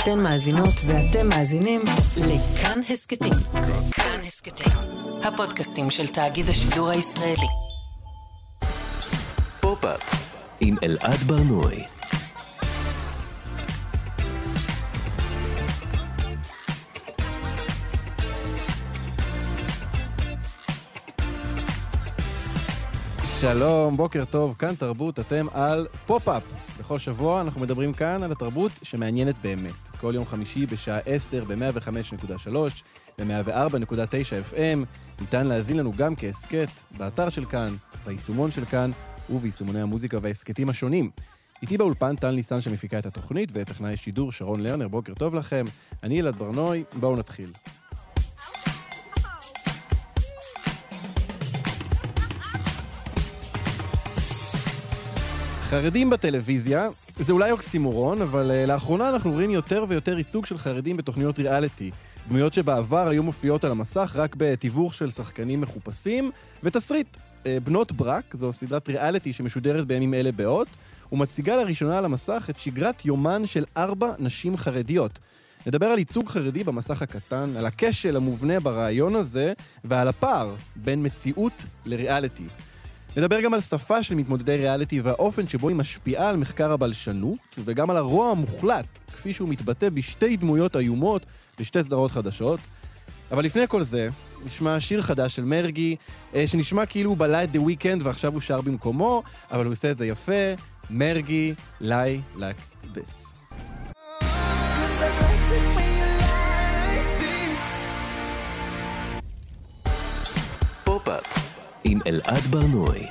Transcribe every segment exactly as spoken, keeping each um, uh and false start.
אתן מאזינות ואתם מאזינים לכאן הסקטים. כאן הסקטים, הפודקאסטים של תאגיד השידור הישראלי. פופ-אפ עם אלעד ברנועי. שלום, בוקר טוב, כאן תרבות, אתם על פופ-אפ. בכל שבוע אנחנו מדברים כאן על התרבות שמעניינת באמת. כל יום חמישי בשעה עשר ב-מאה וחמש נקודה שלוש, ב-מאה וארבע נקודה תשע אף אם. ניתן להזין לנו גם כעסקט באתר של כאן, ביישומון של כאן וביישומוני המוזיקה והעסקטים השונים. איתי באולפן טל ניסן שמפיקה את התוכנית ואת טכנאי שידור שרון לרנר. בוקר טוב לכם, אני אלעד ברנועי, בואו נתחיל. חרדים בטלוויזיה, זה אולי אוקסימורון, אבל uh, לאחרונה אנחנו רואים יותר ויותר ייצוג של חרדים בתוכניות ריאליטי. דמויות שבעבר היו מופיעות על המסך רק בתיווך של שחקנים מחופשים, ותסריט. Uh, בנות ברק, זו סדרת ריאליטי שמשודרת בימים אלה באות, ומציגה לראשונה על המסך את שגרת יומן של ארבע נשים חרדיות. נדבר על ייצוג חרדי במסך הקטן, על הכשל המובנה ברעיון הזה, ועל הפער בין מציאות לריאליטי. נדבר גם על שפה של מתמודדי ריאליטי והאופן שבו היא משפיעה על מחקר הבלשנות, וגם על הרוע המוחלט, כפי שהוא מתבטא בשתי דמויות איומות בשתי סדרות חדשות. אבל לפני כל זה, נשמע שיר חדש של מרגי, שנשמע כאילו הוא בלה את The Weeknd ועכשיו הוא שר במקומו, אבל הוא עושה את זה יפה. מרגי, Lie Like This. פופ-אפ עם אלעד ברנועי.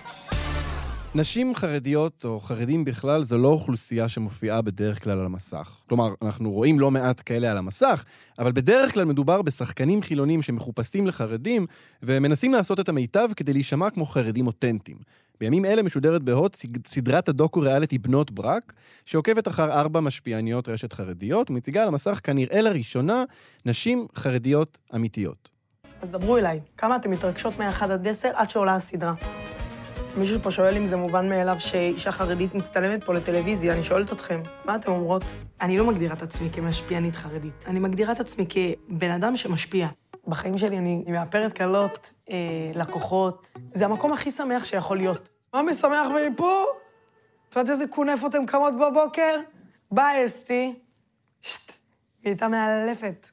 נשים חרדיות או חרדים בכלל זו לא אוכלוסייה שמופיעה בדרך כלל על המסך. כלומר, אנחנו רואים לא מעט כאלה על המסך, אבל בדרך כלל מדובר בשחקנים חילונים שמחופשים לחרדים ומנסים לעשות את המיטב כדי להישמע כמו חרדים אותנטיים. בימים אלה משודרת בהוט סדרת הדוקו-ריאליטי בנות ברק, שעוקבת אחר ארבע משפיעניות רשת חרדיות ומציגה על המסך כנראה לראשונה נשים חרדיות אמיתיות. אז דברו אליי, כמה אתם מתרגשות מ-אחד עד עשר עד שעולה הסדרה? מישהו פה שואל אם זה מובן מאליו שאישה חרדית מצטלמת פה לטלוויזיה, אני שואלת אתכם, מה אתם אומרות? אני לא מגדירה את עצמי כמשפיענית חרדית, אני מגדירה את עצמי כבן אדם שמשפיע. בחיים שלי אני מאפרת קלות, אה, לקוחות, זה המקום הכי שמח שיכול להיות. מה משמח מפה? את יודעת איזה כונף אתם קמות בבוקר? ביי אסתי. שט, היא הייתה מאלפת.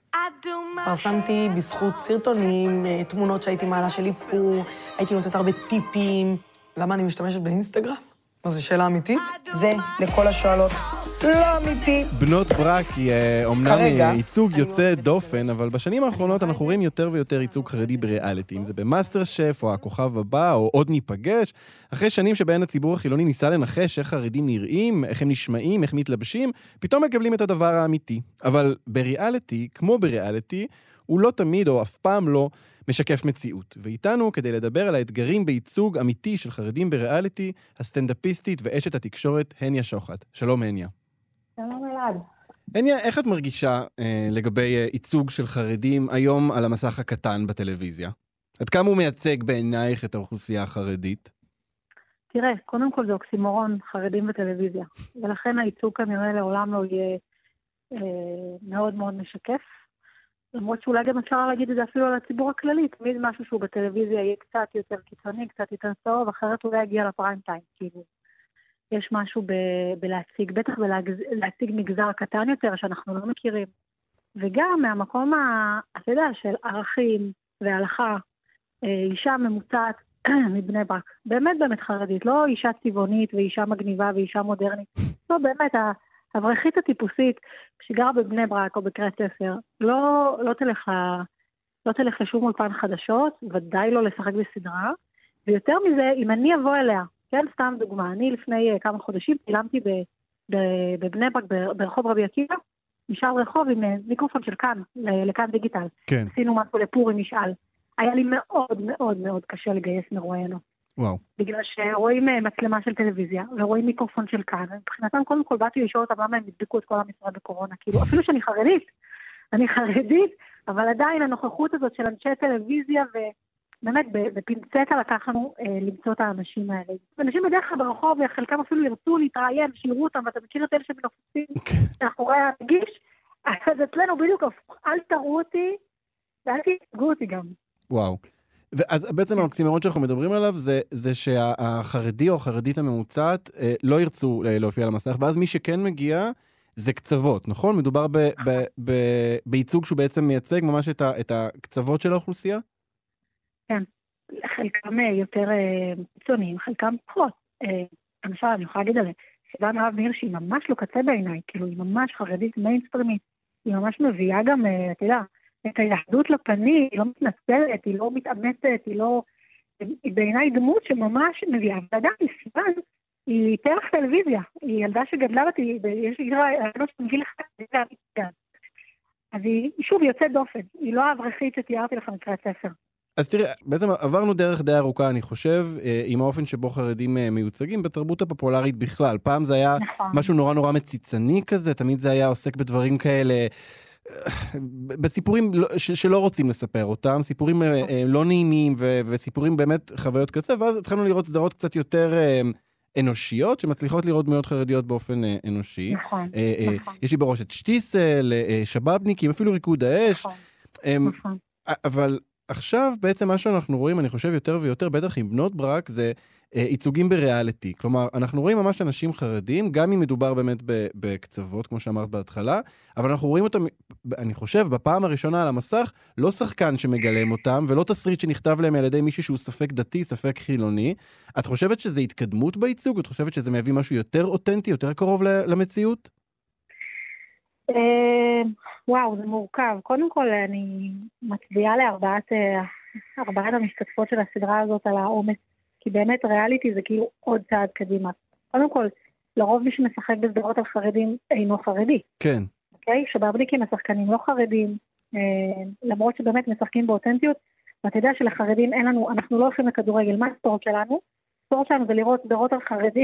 פרסמתי בזכות סרטונים, תמונות שהייתי מעלה של איפור, הייתי נותנת הרבה טיפים. למה אני משתמשת באינסטגרם? מה, זו שאלה אמיתית? זה לכל השואלות. לא אמיתי. בנות ברק היא אומנם ייצוג יוצא דופן, אבל בשנים האחרונות אנחנו רואים יותר ויותר ייצוג חרדי בריאליטי, אם זה במאסטר שף או הכוכב הבא או עוד ניפגש, אחרי שנים שבהן הציבור החילוני ניסה לנחש איך חרדים נראים, איך הם נשמעים, איך מתלבשים, פתאום מקבלים את הדבר האמיתי. אבל בריאליטי, כמו בריאליטי, הוא לא תמיד או אף פעם לא משקף מציאות. ואיתנו, כדי לדבר על האתגרים בייצוג אמיתי של חרדים בריאליטי, הסטנדאפיסטית ואשת התקשורת הניה שוחט. שלום הניה. שלום אלעד. הניה, איך את מרגישה אה, לגבי אה, ייצוג של חרדים היום על המסך הקטן בטלוויזיה? עד כמה הוא מייצג בעינייך את האוכלוסייה החרדית? תראה, קודם כל זה אוקסימורון, חרדים בטלוויזיה. ולכן הייצוג כנראה לעולם לא יהיה אה, מאוד מאוד משקף. למרות שאולי גם אפשר להגיד את זה אפילו על הציבור הכללי, תמיד משהו שהוא בטלוויזיה יהיה קצת יותר קיצוני, קצת יותר צהוב, אחרת אולי יגיע לפריים טיים, כאילו. יש משהו ב- בלהציג, בטח בלהציג מגזר קטן יותר שאנחנו לא מכירים. וגם מהמקום, ה- אתה יודע, של ערכים והלכה, אישה ממוצעת מבני ברק, באמת באמת חרדית, לא אישה צבעונית ואישה מגניבה ואישה מודרנית, לא באמת, הברכית הטיפוסית שגרה בבני ברק או בקריית ספר, לא, לא תלך, לא תלך לשום אולפן חדשות, ודאי לא לשחק בסדרה, ויותר מזה, אם אני אבוא אליה, כן, סתם דוגמה, אני לפני uh, כמה חודשים צילמתי בבני ברק, ברחוב רבי עקיבא, נשאר רחוב עם מיקרופון של כאן, לכאן דיגיטל. כן. עשינו משהו לפור עם משאל. היה לי מאוד מאוד מאוד קשה לגייס מרואיינות. וואו. בגלל שרואים מצלמה של טלוויזיה, ורואים מיקרופון של כאן, מבחינתם קודם כל באתי לשאול אותם למה הם הדביקו את כל המשרד בקורונה, כאילו אפילו שאני חרדית, אני חרדית, אבל עדיין הנוכחות הזאת של אנשי טלוויזיה, ובאמת בפינצטה לקחנו אה, למצוא את האנשים האלה. אנשים בדרך כלל ברחוב, חלקם אפילו ירצו להתראיין, שיראו אותם, ואתה מכיר את אלה שמנופפים מאחורי המגיש, אז אצלנו בדיוק, אל תראו אותי, ואל תתגעו אותי גם. וואו. ואז בעצם האוקסימורון שאנחנו מדברים עליו, זה, זה שהחרדי או החרדית הממוצעת אה, לא ירצו להופיע על המסך, ואז מי שכן מגיע, זה קצוות, נכון? מדובר ב, ב, ב, בייצוג שהוא בעצם מייצג ממש את, ה, את הקצוות של האוכלוסייה? כן. חלקם יותר קיצוניים, חלקם פחות. למשל, אני יכולה להגיד עליה, סיבה מרב מאיר שהיא ממש לא קצה בעיניי, כאילו היא ממש חרדית מיינסטרימית, היא ממש מביאה גם, אתה יודע, את היהדות לפנים, היא לא מתנצלת, היא לא מתאמצת, היא לא... היא בעיניי דמות שממש מביאה. ועדיין, סיוון, היא פרח טלוויזיה, היא ילדה שגדלה אותי, יש לי רעיונות שמגיל אחד, אז היא, שוב, היא יוצאת דופן, היא לא האברכית שתיארתי לך מקראת ספר. אז תראה, בעצם עברנו דרך די ארוכה, אני חושב, עם האופן שבו חרדים מיוצגים בתרבות הפופולרית בכלל. פעם זה היה נכון. משהו נורא נורא מציצני כזה, תמיד זה היה עוסק בדברים כאלה, בסיפורים ש- שלא רוצים לספר אותם, סיפורים לא נעימים ו- וסיפורים באמת חוויות קצה, ואז התחלנו לראות סדרות קצת יותר אנושיות, שמצליחות לראות דמויות חרדיות באופן אנושי. נכון, נכון. יש לי בראש את שטיסל, שבאבניקים, אפילו ריקוד האש. נכון, נכון. אבל עכשיו בעצם מה שאנחנו רואים, אני חושב יותר ויותר, בטח עם בנות ברק, זה אה, ייצוגים בריאליטי. כלומר, אנחנו רואים ממש אנשים חרדים, גם אם מדובר באמת בקצוות, כמו שאמרת בהתחלה, אבל אנחנו רואים אותם, אני חושב, בפעם הראשונה על המסך, לא שחקן שמגלם אותם, ולא תסריט שנכתב להם על ידי מישהו שהוא ספק דתי, ספק חילוני. את חושבת שזה התקדמות בייצוג? את חושבת שזה מביא משהו יותר אותנטי, יותר קרוב למציאות? וואו, זה מורכב. קודם כל, אני מצביעה לארבעת ארבעת המשתתפות של הסדרה הזאת על האומץ, כי באמת ריאליטי זה כאילו עוד צעד קדימה. קודם כל, לרוב מי שמשחק בסדרות על חרדים אינו חרדי. כן. אוקיי? שבאבניקים השחקנים לא חרדים, למרות שבאמת משחקים באותנטיות, ואתה יודע שלחרדים אין לנו, אנחנו לא הולכים לכדורגל, מה הספורט שלנו? הספורט שלנו זה לראות סדרות על חרדים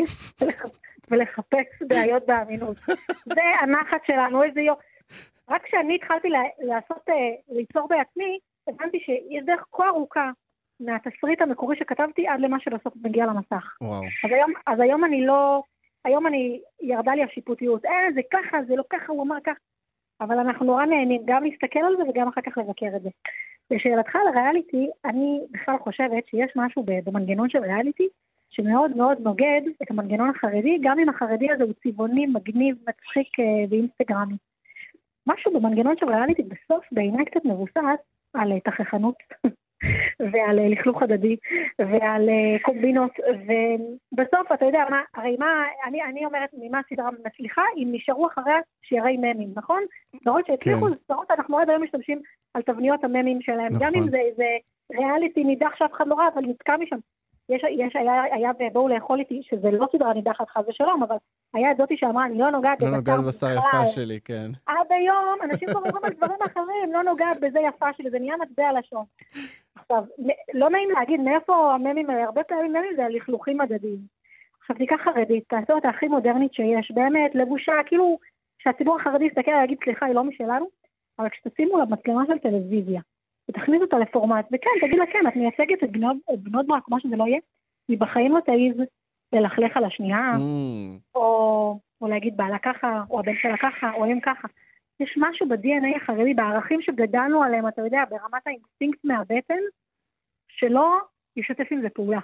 ולחפש בעיות באמינות. זה הנחת שלנו, איזה יום. רק כשאני התחלתי לעשות, ליצור בעצמי, הבנתי שיש דרך כה ארוכה מהתסריט המקורי שכתבתי עד למה שבסוף מגיע למסך. וואו. אז היום, אז היום אני לא, היום אני, ירדה לי השיפוטיות. אה, זה ככה, זה לא ככה, הוא אמר ככה. אבל אנחנו נורא נהנים גם להסתכל על זה וגם אחר כך לבקר את זה. לשאלתך על הריאליטי, אני בכלל חושבת שיש משהו במנגנון של ריאליטי, שמאוד מאוד נוגד את המנגנון החרדי, גם אם החרדי הזה הוא צבעוני, מגניב, מצחיק ואינסטגרמי. משהו במנגנון של ריאליטי בסוף בעיניי קצת מבוסס על תכחנות ועל לכלוך הדדי ועל קומבינות, ובסוף אתה יודע מה, הרי מה, אני, אני אומרת ממה הסדרה מצליחה, אם נשארו אחריה שירי ממים, נכון? נראות שהצליחו לסדרות, אנחנו עוד היום משתמשים על תבניות הממים שלהם, גם אם זה, זה ריאליטי נידח שאף אחד לא ראה, אבל נתקע משם. יש, יש, היה, היה בואו לאכול איתי, שזה לא סדרה נידחת חס ושלום, אבל היה את זאתי שאמרה, אני לא נוגעת לא נוגעת בשר יפה שלי, כן. עד היום, אנשים כבר אומרים על דברים אחרים, לא נוגעת בזה יפה שלי, זה נהיה מטבע לשון. עכשיו, לא נעים להגיד, מאיפה הממים, הרבה פעמים ממים זה לכלוכים מדדיים. עכשיו, תיקח חרדית, תעשה אותה הכי מודרנית שיש, באמת, לבושה, כאילו, שהציבור החרדי יסתכל להגיד, סליחה, היא לא משלנו, אבל כשתשימו לה מצלמה של טלוויזיה, ותכניס אותה לפורמט, וכן, תגיד לה, כן, את מייצגת את בנות ברק, מה שזה לא יהיה, היא בחיים לא תעיז ללכלך על השנייה, או, או להגיד בעלה ככה, או הבן שלה ככה, או הם ככה. יש משהו ב-די אן איי החרדי, בערכים שגדלנו עליהם, אתה יודע, ברמת האינסטינקט מהבטן, שלא ישתף עם זה פעולה.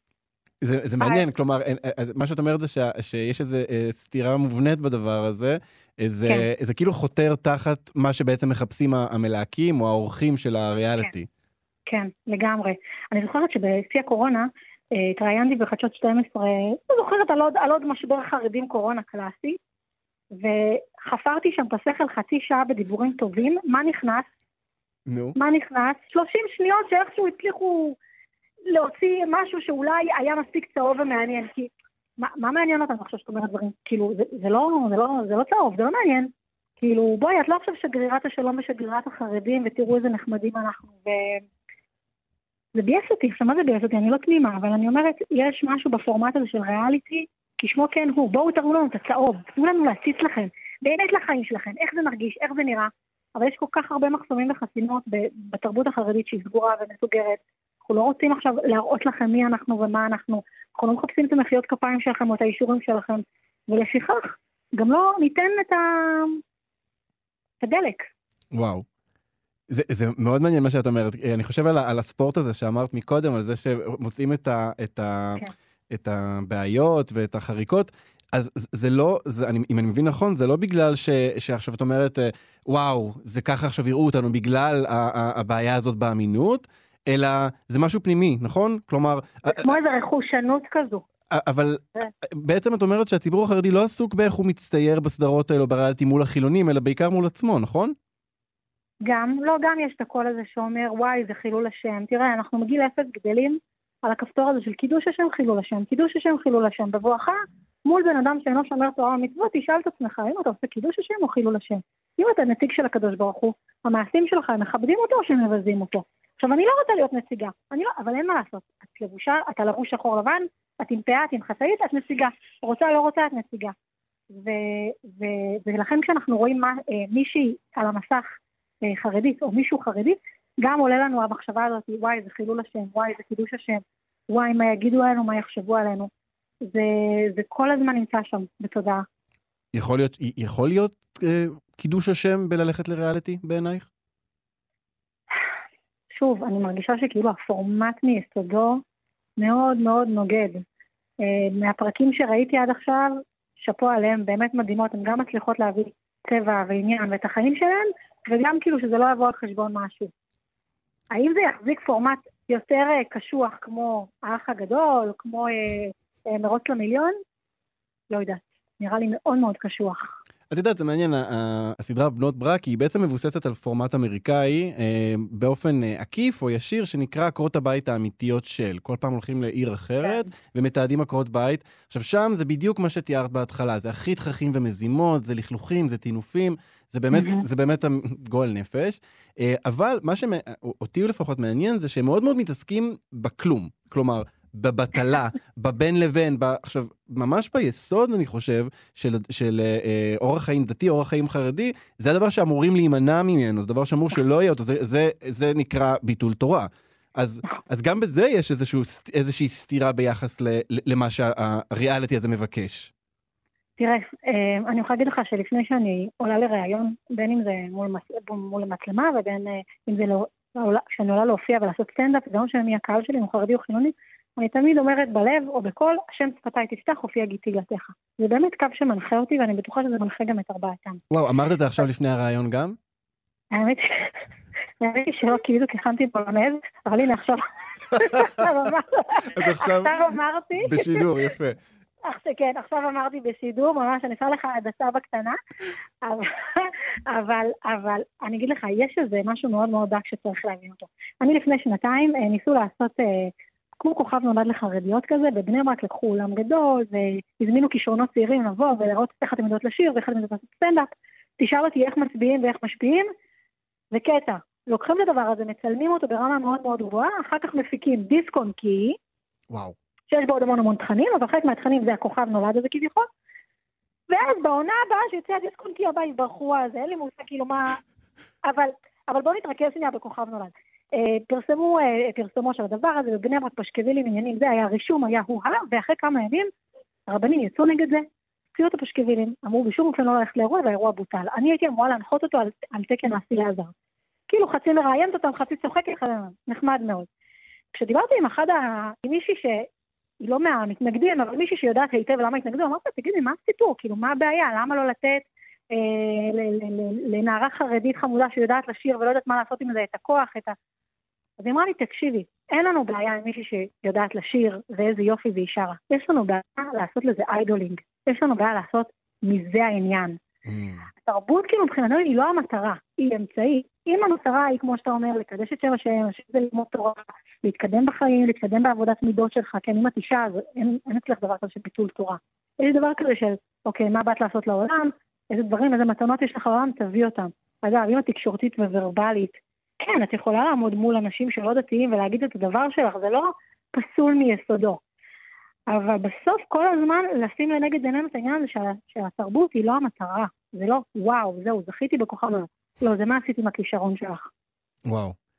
זה, זה מעניין, כלומר, מה שאת אומרת זה ש, שיש איזו סתירה מובנית בדבר הזה, זה, כן. זה כאילו חותר תחת מה שבעצם מחפשים המלהקים או האורחים של הריאליטי. כן, כן, לגמרי. אני זוכרת שבשיא הקורונה, התראיינתי בחדשות שתים עשרה, אני זוכרת על עוד, על עוד משבר חרדים קורונה קלאסי, וחפרתי שם את השכל חצי שעה בדיבורים טובים, מה נכנס? נו. מה נכנס? שלושים שניות שאיכשהו הצליחו להוציא משהו שאולי היה מספיק צהוב ומעניין, כי מה, מה מעניין אותנו עכשיו שאת אומרת דברים? כאילו, זה, זה, לא, זה, לא, זה לא צהוב, זה לא מעניין. כאילו, בואי, את לא עכשיו שגרירת השלום ושגרירת החרדים, ותראו איזה נחמדים אנחנו, ו... זה בייס אותי, עכשיו מה זה בייס אותי? אני לא תמימה, אבל אני אומרת, יש משהו בפורמט הזה של ריאליטי, כי שמו כן הוא, בואו תראו לנו את הצהוב, תנו לנו להציץ לכם, באמת לחיים שלכם, איך זה מרגיש, איך זה נראה, אבל יש כל כך הרבה מחסומים וחסינות בתרבות החרדית שהיא סגורה ומסוגרת, אנחנו לא רוצים עכשיו להראות לכם מי אנחנו ומה אנחנו, אנחנו לא מחפשים את המחיאות כפיים שלכם או את האישורים שלכם, ולפיכך, גם לא ניתן את, ה... את הדלק. וואו. זה, זה מאוד מעניין מה שאת אומרת. אני חושב על, על הספורט הזה שאמרת מקודם, על זה שמוצאים את, ה, את, ה, כן. את הבעיות ואת החריקות. אז זה לא, זה, אני, אם אני מבין נכון, זה לא בגלל ש, שעכשיו את אומרת, וואו, זה ככה עכשיו יראו אותנו בגלל ה, ה, הבעיה הזאת באמינות, אלא זה משהו פנימי, נכון? כלומר... זה כמו איזו רכושנות כזו. אבל בעצם את אומרת שהציבור החרדי לא עסוק באיך הוא מצטייר בסדרות האלו בריאליטי מול החילונים, אלא בעיקר מול עצמו, נכון? גם, לא, גם יש את הקול הזה שאומר, וואי, זה חילול השם. תראה, אנחנו מגיל אפס גדלים על הכפתור הזה של קידוש השם חילול השם, קידוש השם חילול השם. בבואך, מול בן אדם שאינו שומר תורה ומצוות, תשאל את עצמך, אם אתה עושה קידוש השם או חילול השם. אם אתה נציג של הקדוש ברוך הוא, המעשים שלך, הם מכבדים אותו או שהם מבזים אותו. עכשיו, אני לא רוצה להיות נציגה, אני לא, אבל אין מה לעשות. את לבושה, אתה לבוש שחור לבן, את עם פאה, את עם חצאית, את נציגה. רוצה, לא רוצה, את נציגה. ו- ו- ולכן כשאנחנו רואים מה, אה, מישהי על המסך אה, חרדית, או מישהו חרדי, גם עולה לנו המחשבה הזאת, וואי, זה חילול השם, וואי, זה קידוש השם, וואי, מה יגידו עלינו, מה יחשבו עלינו. זה, זה כל הזמן נמצא שם, בתודעה. יכול להיות, יכול להיות אה, קידוש השם בללכת לריאליטי בעינייך? שוב, אני מרגישה שכאילו הפורמט מיסודו מאוד מאוד נוגד. Uh, מהפרקים שראיתי עד עכשיו, שפו עליהם, באמת מדהימות, הן גם מצליחות להביא צבע ועניין ואת החיים שלהן, וגם כאילו שזה לא יבוא על חשבון משהו. האם זה יחזיק פורמט יותר uh, קשוח כמו האח הגדול, כמו uh, uh, מרוץ למיליון? לא יודעת, נראה לי מאוד מאוד קשוח. את יודעת, זה מעניין, הסדרה בנות ברק היא בעצם מבוססת על פורמט אמריקאי באופן עקיף או ישיר שנקרא עקרות הבית האמיתיות של. כל פעם הולכים לעיר אחרת ומתעדים עקרות בית. עכשיו שם זה בדיוק מה שתיארת בהתחלה, זה הכי תככים ומזימות, זה לכלוכים, זה טינופים, זה באמת, זה באמת גועל נפש. אבל מה שאותי לפחות מעניין זה שהם מאוד מאוד מתעסקים בכלום. כלומר, בבטלה, בבין לבין, ב... עכשיו, ממש ביסוד, אני חושב, של, של אה, אורח חיים דתי, אורח חיים חרדי, זה הדבר שאמורים להימנע ממנו, זה דבר שאמור שלא יהיה אותו, זה, זה, זה נקרא ביטול תורה. אז, אז גם בזה יש איזשהו, איזושהי סתירה ביחס ל, למה שהריאליטי הזה מבקש. תראה, אני יכולה להגיד לך שלפני שאני עולה לראיון, בין אם זה מול, מול המצלמה, ובין אם זה לא, כשאני עולה להופיע ולעשות סטנדאפ, זה לא משנה מי הקהל שלי, אם הוא חרדי או חילוני, אני תמיד אומרת בלב או בכל, השם שפתיי תפתח, הופיע גיטילתך. זה באמת קו שמנחה אותי, ואני בטוחה שזה מנחה גם את ארבעתם. וואו, אמרת את זה עכשיו לפני הרעיון גם? האמת היא שלא כאילו כיחנתי בולונז, אבל הנה עכשיו... עכשיו אמרתי... בשידור, יפה. כן, עכשיו אמרתי בשידור, ממש אני אעשה לך הדסה בקטנה, אבל, אבל אני אגיד לך, יש איזה משהו מאוד מאוד דק שצריך להבין אותו. אני לפני שנתיים ניסו לעשות... כמו כוכב נולד לחרדיות כזה, בבני ברק לקחו אולם גדול, והזמינו כישרונות צעירים לבוא ולראות איך אתם יודעות לשיר, ואיך אתם יודעות לעשות סטנדאפ. תשאל אותי איך מצביעים ואיך משפיעים, וקטע. לוקחים לדבר הזה, מצלמים אותו ברמה מאוד מאוד גבוהה, אחר כך מפיקים דיסק און קי, וואו. שיש בו עוד המון המון תכנים, אבל חלק מהתכנים זה הכוכב נולד הזה כביכול, ואז בעונה הבאה שיוצא הדיסק און קי הבא יתברכו על זה, אין לי מושג כאילו מה... אבל, אבל בואו נתרכז שנייה בכוכב נולד. פרסמו פרסמו של הדבר הזה, ובני ברק פשקווילים עניינים, זה היה רישום, היה הוא הלאה, ואחרי כמה ימים, הרבנים יצאו נגד זה, הוציאו את הפשקווילים, אמרו בשום אופן לא ללכת לאירוע, והאירוע בוטל. אני הייתי אמורה להנחות אותו על, על תקן האסילה הזר. כאילו חצי מראיינת אותם, חצי צוחקת, נחמד מאוד. כשדיברתי עם אחד, ה... עם מישהי שהיא לא מהמתנגדים, אבל מישהי שיודעת היטב למה התנגדו, אמרתי, תגידי, מה הסיפור? כאילו, מה הבעיה? למה לא לתת אה, לנערה חרדית חמודה שיודעת לשיר ולא יודעת מה לעשות עם זה, את הכוח, את ה... אז היא אמרה לי, תקשיבי, אין לנו בעיה עם מישהי שיודעת לשיר ואיזה יופי והיא שרה. יש לנו בעיה לעשות לזה איידולינג. יש לנו בעיה לעשות מזה העניין. Mm. התרבות כאילו מבחינתנו היא לא המטרה, היא אמצעי. אם המטרה היא, כמו שאתה אומר, לקדש את שם השם, שזה ללמוד תורה, להתקדם בחיים, להתקדם בעבודת מידות שלך, כן, אם את אישה, אז אין, אין אצלך דבר כזה של ביטול תורה. יש דבר כזה של, אוקיי, מה באת לעשות לעולם, איזה דברים, איזה מתנות יש לך לעולם, תביא אותם. אגב, אם התקשורתית וורבלית, כן, את יכולה לעמוד מול אנשים שלא דתיים ולהגיד את הדבר שלך, זה לא פסול מיסודו. אבל בסוף כל הזמן לשים לנגד עינינו את העניין הזה שהתרבות היא לא המטרה. זה לא, וואו, זהו, זכיתי בכוכב. לא, זה מה עשיתי עם הכישרון שלך. וואו.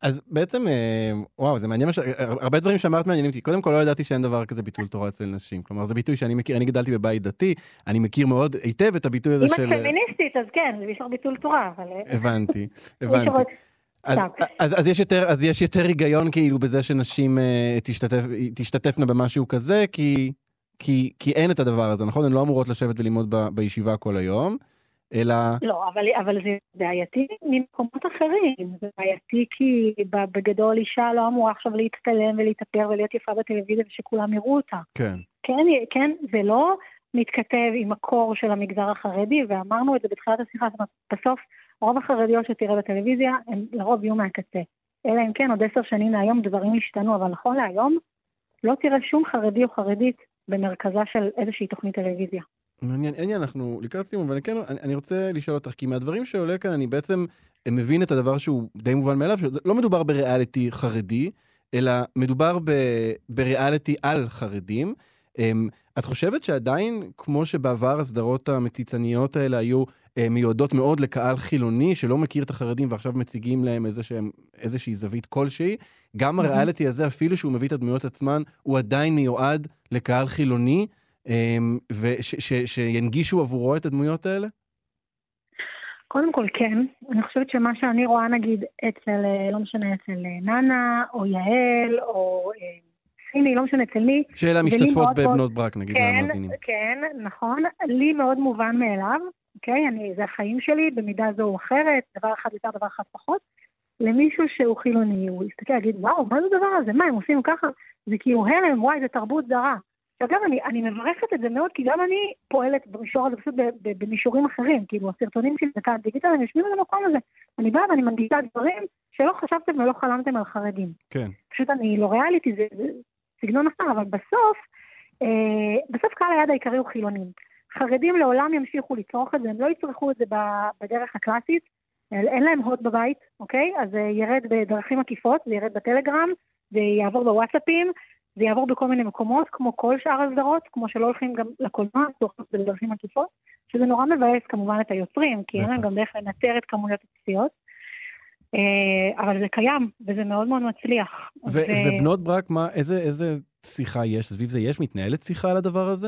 אז בעצם, וואו, זה מעניין, הרבה דברים שאמרת מעניינים אותי. קודם כל, לא ידעתי שאין דבר כזה ביטול תורה אצל נשים. כלומר, זה ביטוי שאני מכיר, אני גדלתי בבית דתי, אני מכיר מאוד היטב את הביטוי הזה של... אם את פמיניסטית, אז כן, זה בשביל ביטול תורה, אבל... הבנתי, הבנתי. אז, אז, אז יש יותר, אז יש יותר היגיון כאילו בזה שנשים תשתתף, תשתתפנה במשהו כזה, כי, כי, כי אין את הדבר הזה, נכון? הן לא אמורות לשבת וללמוד ב, בישיבה כל היום, אלא... לא, אבל, אבל זה בעייתי ממקומות אחרים. זה בעייתי כי בגדול אישה לא אמורה עכשיו להצטלם ולהתאפר ולהיות יפה בטלוויזיה ושכולם יראו אותה. כן. כן, כן, זה לא מתכתב עם מקור של המגזר החרדי, ואמרנו את זה בתחילת השיחה, זאת אומרת, בסוף רוב החרדיות שתראה בטלוויזיה, הם לרוב יהיו מהקצה. אלא אם כן, עוד עשר שנים מהיום דברים השתנו, אבל נכון להיום, לא תראה שום חרדי או חרדית במרכזה של איזושהי תוכנית טלוויזיה. מעניין, עניין, אנחנו לקראת סיום, ואני כן, אני, אני רוצה לשאול אותך, כי מהדברים שעולה כאן, אני בעצם מבין את הדבר שהוא די מובן מאליו, שלא מדובר בריאליטי חרדי, אלא מדובר ב, בריאליטי על חרדים. את חושבת שעדיין, כמו שבעבר הסדרות המציצניות האלה היו מיועדות מאוד לקהל חילוני, שלא מכיר את החרדים ועכשיו מציגים להם איזשהם, איזושהי זווית כלשהי, גם הריאליטי הזה, אפילו שהוא מביא את הדמויות עצמן, הוא עדיין מיועד לקהל חילוני, ושינגישו עבורו את הדמויות האלה? קודם כל כן, אני חושבת שמה שאני רואה נגיד אצל, לא משנה אצל ננה או יעל או סיני, לא משנה אצל מי. שאלה משתתפות בבנות ברק נגיד למאזינים. כן, נכון, לי מאוד מובן מאליו, אוקיי, אני, זה החיים שלי במידה זו או אחרת, דבר אחד יותר, דבר אחד פחות, למישהו שהוא חילוני, הוא יסתכל להגיד, וואו, מה זה הדבר הזה? מה, הם עושים ככה? זה כאילו הלם, וואי, זה תרבות זרה. אגב, אני, אני מברכת את זה מאוד, כי גם אני פועלת במישור הזה, פשוט במישורים אחרים, כאילו, הסרטונים שלי, דקה דיגיטל, הם יושבים על המקום הזה. אני באה ואני מנגישה דברים שלא חשבתם ולא חלמתם על חרדים. כן. פשוט אני לא ריאליטי, זה, זה סגנון אחר, אבל בסוף, אה, בסוף קהל היד העיקרי הוא חילונים. חרדים לעולם ימשיכו לצרוך את זה, הם לא יצרכו את זה בדרך הקלאסית, אין להם הוט בבית, אוקיי? אז זה ירד בדרכים עקיפות, זה ירד בטלגרם, זה יעבור בוואטסאפים, זה יעבור בכל מיני מקומות, כמו כל שאר הסדרות, כמו שלא הולכים גם לקולנוע, תוכנות בדרכים עקיפות, שזה נורא מבאס כמובן את היוצרים, כי אין להם גם דרך לנטר את כמויות הצפיות, אבל זה קיים, וזה מאוד מאוד מצליח. ובנות ברק, איזה שיחה יש סביב זה? יש מתנהלת שיחה על הדבר הזה?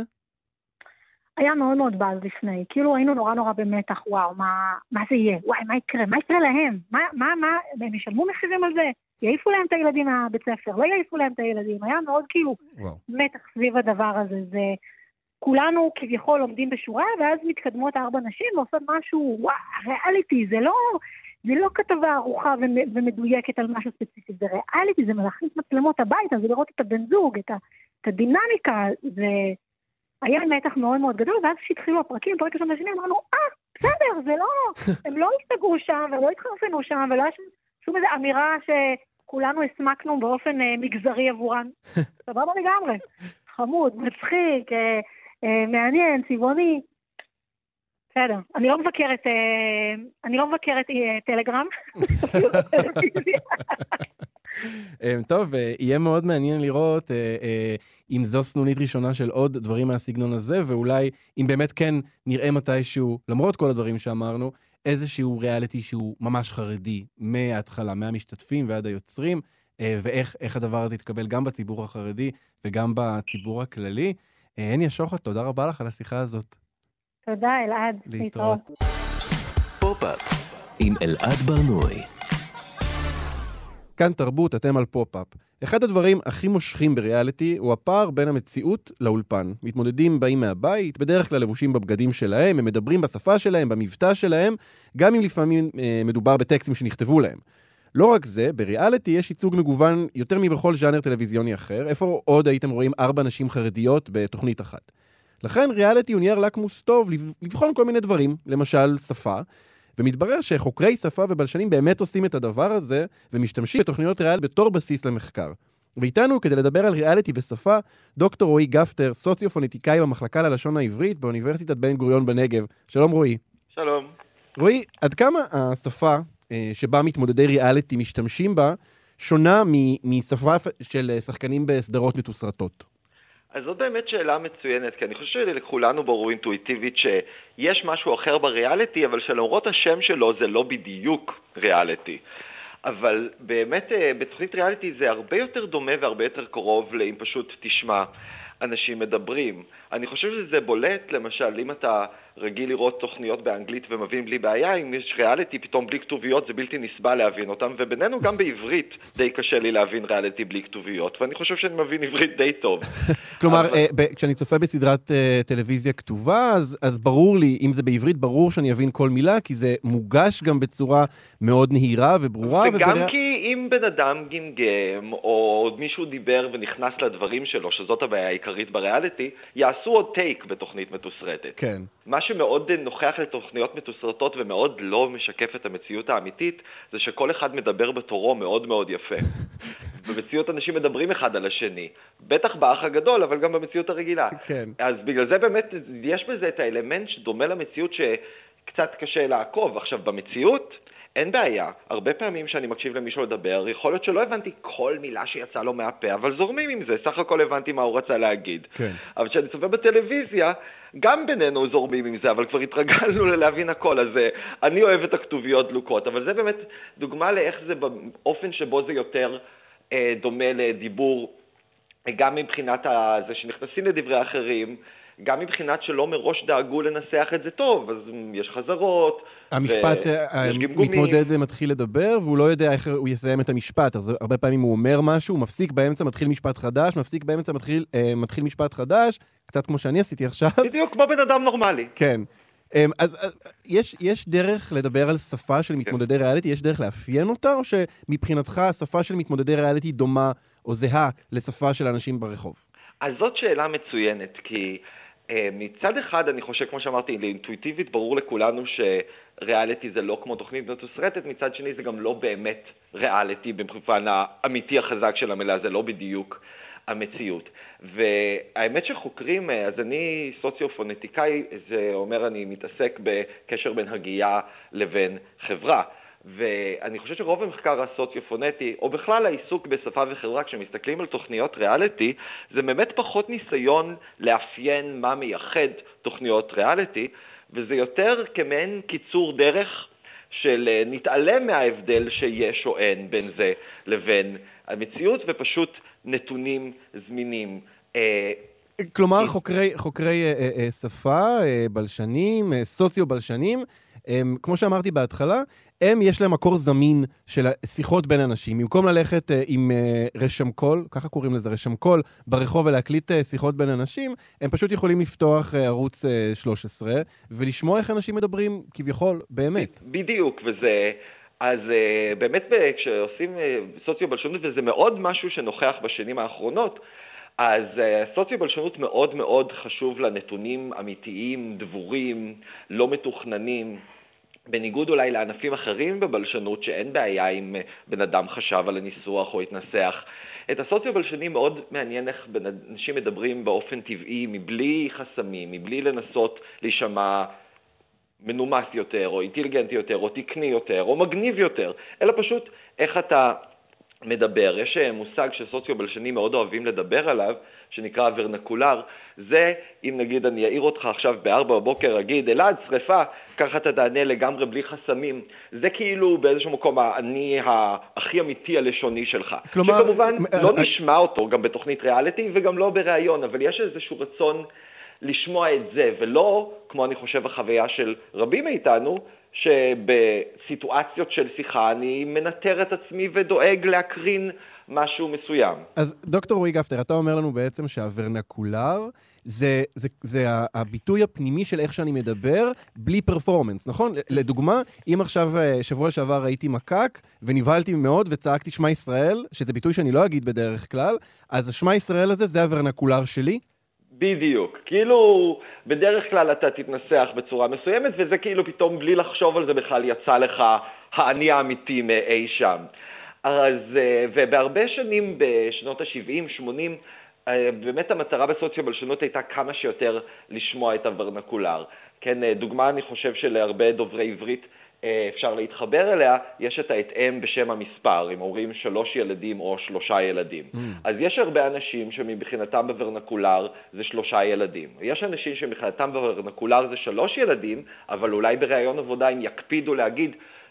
היה מאוד מאוד באז לפני, כאילו היינו נורא נורא במתח, וואו, מה, מה זה יהיה? וואי, מה יקרה? מה יקרה להם? מה, מה, מה, הם ישלמו מחירים על זה? יעיפו להם את הילדים מהבית ספר, לא יעיפו להם את הילדים, היה מאוד כאילו וואו. מתח סביב הדבר הזה, זה כולנו כביכול עומדים בשורה, ואז מתקדמות ארבע נשים ועושות משהו, וואו, ריאליטי, זה לא, זה לא כתבה ארוחה ומדויקת על משהו ספציפי, זה ריאליטי, זה מלהכניס מצלמות הביתה, זה לראות את הבן זוג, את, ה, את הדינמיקה, זה... היה מתח מאוד מאוד גדול, ואז כשהתחילו הפרקים, פרק ראשון לשני, אמרנו, אה, בסדר, זה לא, הם לא הסתגרו שם, ולא התחרפנו שם, ולא היה שום איזו אמירה שכולנו הסמקנו באופן אה, מגזרי עבורן. סבבה לגמרי. חמוד, מצחיק, אה, אה, מעניין, צבעוני. בסדר. אני לא מבקרת, אה, אני לא מבקרת אה, טלגרם. טוב, יהיה מאוד מעניין לראות אם זו סנונית ראשונה של עוד דברים מהסגנון הזה, ואולי אם באמת כן נראה מתישהו, למרות כל הדברים שאמרנו, איזשהו ריאליטי שהוא ממש חרדי מההתחלה, מהמשתתפים ועד היוצרים, ואיך איך הדבר הזה יתקבל גם בציבור החרדי וגם בציבור הכללי. הניה שוחט, תודה רבה לך על השיחה הזאת. תודה, אלעד. להתראות. פופ-אפ עם אלעד ברנועי. כאן תרבות, אתם על פופ-אפ. אחד הדברים הכי מושכים בריאליטי הוא הפער בין המציאות לאולפן. מתמודדים באים מהבית, בדרך כלל לבושים בבגדים שלהם, הם מדברים בשפה שלהם, במבטא שלהם, גם אם לפעמים אה, מדובר בטקסטים שנכתבו להם. לא רק זה, בריאליטי יש ייצוג מגוון יותר מבכל ז'אנר טלוויזיוני אחר, איפה עוד הייתם רואים ארבע נשים חרדיות בתוכנית אחת. לכן ריאליטי הוא נייר לקמוס טוב לבחון כל מיני דברים, למשל שפה, ומתברר שחוקרי שפה ובלשנים באמת עושים את הדבר הזה, ומשתמשים בתוכניות ריאליטי בתור בסיס למחקר. ואיתנו, כדי לדבר על ריאליטי ושפה, דוקטור רועי גפטר, סוציו-פונטיקאי במחלקה ללשון העברית באוניברסיטת בן גוריון בנגב. שלום רועי. שלום. רועי, עד כמה השפה שבה מתמודדי ריאליטי משתמשים בה, שונה משפה של שחקנים בסדרות מתוסרטות? אז זאת באמת שאלה מצוינת, כי אני חושב שלכולנו ברור אינטואיטיבית שיש משהו אחר בריאליטי, אבל שלמרות השם שלו זה לא בדיוק ריאליטי. אבל באמת בתוכנית ריאליטי זה הרבה יותר דומה והרבה יותר קרוב לאם פשוט תשמע אנשים מדברים. אני חושב שזה בולט, למשל, אם אתה רגיל לראות תוכניות באנגלית ומבין בלי בעיה, אם יש ריאליטי פתאום בלי כתוביות, זה בלתי נסבל להבין אותם, ובינינו גם בעברית די קשה לי להבין ריאליטי בלי כתוביות, ואני חושב שאני מבין עברית די טוב. כלומר, כשאני צופה בסדרת טלוויזיה כתובה, אז ברור לי, אם זה בעברית, ברור שאני אבין כל מילה, כי זה מוגש גם בצורה מאוד נהירה וברורה. וגם כי אם בן אדם גמגם, או מישהו דיבר ונכנס לדברים שלו, שזאת הבעיה העיקרית בריאליטי, יעשו עוד טייק בתוכנית מתוסרטת. כן. מה שמאוד נוכח לתוכניות מתוסרטות ומאוד לא משקף את המציאות האמיתית, זה שכל אחד מדבר בתורו מאוד מאוד יפה. במציאות אנשים מדברים אחד על השני. בטח באח הגדול, אבל גם במציאות הרגילה. כן. אז בגלל זה באמת, יש בזה את האלמנט שדומה למציאות שקצת קשה לעקוב. עכשיו, במציאות אין בעיה. הרבה פעמים שאני מקשיב למישהו לדבר, יכול להיות שלא הבנתי כל מילה שיצאה לו מהפה, אבל זורמים עם זה. סך הכל הבנתי מה הוא רצה להגיד. כן. אבל כשאני צופה בטלוויזיה, גם בינינו זורמים עם זה, אבל כבר התרגלנו להבין הכל. אז אני אוהב את הכתוביות דלוקות, אבל זה באמת דוגמה לאיך זה באופן שבו זה יותר אה, דומה לדיבור, גם מבחינת זה שנכנסים לדברי אחרים, גם מבחינת שלא מראש דאגו לנסח את זה טוב, אז יש חזרות, המשפט, מתמודד מתחיל לדבר, והוא לא יודע איך הוא יסיים את המשפט, אז הרבה פעמים הוא אומר משהו, הוא מפסיק באמצע, מתחיל משפט חדש, מפסיק באמצע, מתחיל, מתחיל משפט חדש, קצת כמו שאני עשיתי עכשיו. בדיוק, כמו בן אדם נורמלי. כן. אז, אז יש, יש דרך לדבר על שפה של מתמודדי ריאליטי, יש דרך לאפיין אותה, או שמבחינתך השפה של מתמודדי ריאליטי דומה או זהה לשפה של אנשים ברחוב? אז זאת שאלה מצוינת, כי מצד אחד, אני חושב, כמו שאמרתי, לאינטואיטיבית ברור לכולנו שריאליטי זה לא כמו תוכנית מתוסרטת, מצד שני זה גם לא באמת ריאליטי, במובן האמיתי החזק של המילה, זה לא בדיוק המציאות. והאמת שחוקרים, אז אני סוציו-פונטיקאי, זה אומר אני מתעסק בקשר בין הגייה לבין חברה. ואני חושב שרוב המחקר הסוציו-פונטי, או בכלל העיסוק בשפה וחברה, כשמסתכלים על תוכניות ריאליטי, זה באמת פחות ניסיון לאפיין מה מייחד תוכניות ריאליטי, וזה יותר כמעין קיצור דרך של נתעלם מההבדל שיש או אין בין זה לבין המציאות, ופשוט נתונים זמינים. כלומר, חוקרי, חוקרי אה, אה, שפה, אה, בלשנים, אה, סוציו-בלשנים, הם, כמו שאמרתי בהתחלה, הם יש להם מקור זמין של שיחות בין אנשים. במקום ללכת אה, עם אה, רשם קול, ככה קוראים לזה, רשם קול, ברחוב ולהקליט אה, שיחות בין אנשים, הם פשוט יכולים לפתוח אה, ערוץ אה, שלוש עשרה, ולשמוע איך אנשים מדברים כביכול באמת. בדיוק, וזה... אז uh, באמת כשעושים uh, סוציו-בלשנות, וזה מאוד משהו שנוכח בשנים האחרונות, אז uh, סוציו-בלשנות מאוד מאוד חשוב לנתונים אמיתיים, דבורים, לא מתוכננים, בניגוד אולי לענפים אחרים בבלשנות, שאין בעיה אם uh, בן אדם חשב על הניסוח או התנסח. את הסוציו-בלשנים מאוד מעניין איך אנשים מדברים באופן טבעי, מבלי חסמים, מבלי לנסות להישמע מנומס יותר, או אינטליגנטי יותר, או תקני יותר, או מגניב יותר, אלא פשוט איך אתה מדבר. יש מושג שסוציו-בלשנים מאוד אוהבים לדבר עליו, שנקרא ורנקולר. זה, אם נגיד אני אעיר אותך עכשיו בארבע בבוקר, אגיד, אלעד, שריפה, ככה אתה תענה לגמרי בלי חסמים. זה כאילו באיזשהו מקום אני הכי אמיתי הלשוני שלך. כלומר... שכמובן לא נשמע אותו גם בתוכנית ריאליטי, וגם לא בראיון, אבל יש איזשהו רצון לשמוע את זה, ולא, כמו אני חושב, החוויה של רבים מאיתנו, שבסיטואציות של שיחה אני מנטר את עצמי ודואג להקרין משהו מסוים. אז דוקטור רועי גפטר, אתה אומר לנו בעצם שהוורנקולר זה, זה, זה הביטוי הפנימי של איך שאני מדבר בלי פרפורמנס, נכון? לדוגמה, אם עכשיו שבוע שעבר ראיתי מקק ונבהלתי מאוד וצעקתי שמה ישראל, שזה ביטוי שאני לא אגיד בדרך כלל, אז השמה ישראל הזה זה הוורנקולר שלי? בדיוק. כאילו, בדרך כלל אתה תתנסח בצורה מסוימת, וזה כאילו פתאום בלי לחשוב על זה בכלל יצא לך האני האמיתי מאי שם. אז, ובהרבה שנים, בשנות ה-שבעים, שמונים, באמת המטרה בסוציו-בלשנות הייתה כמה שיותר לשמוע את הוורנקולר. כן, דוגמה אני חושב שלהרבה דוברי עברית אפשר להתחבר אליה, יש את ההתאם בשם המספר, אם אומרים שלוש ילדים או שלושה ילדים. Mm. אז יש הרבה אנשים שמבחינתם בוורנקולר זה שלושה ילדים. יש אנשים שמבחינתם בוורנקולר זה שלוש ילדים, אבל אולי בראיון עבודה הם יקפידו להגיד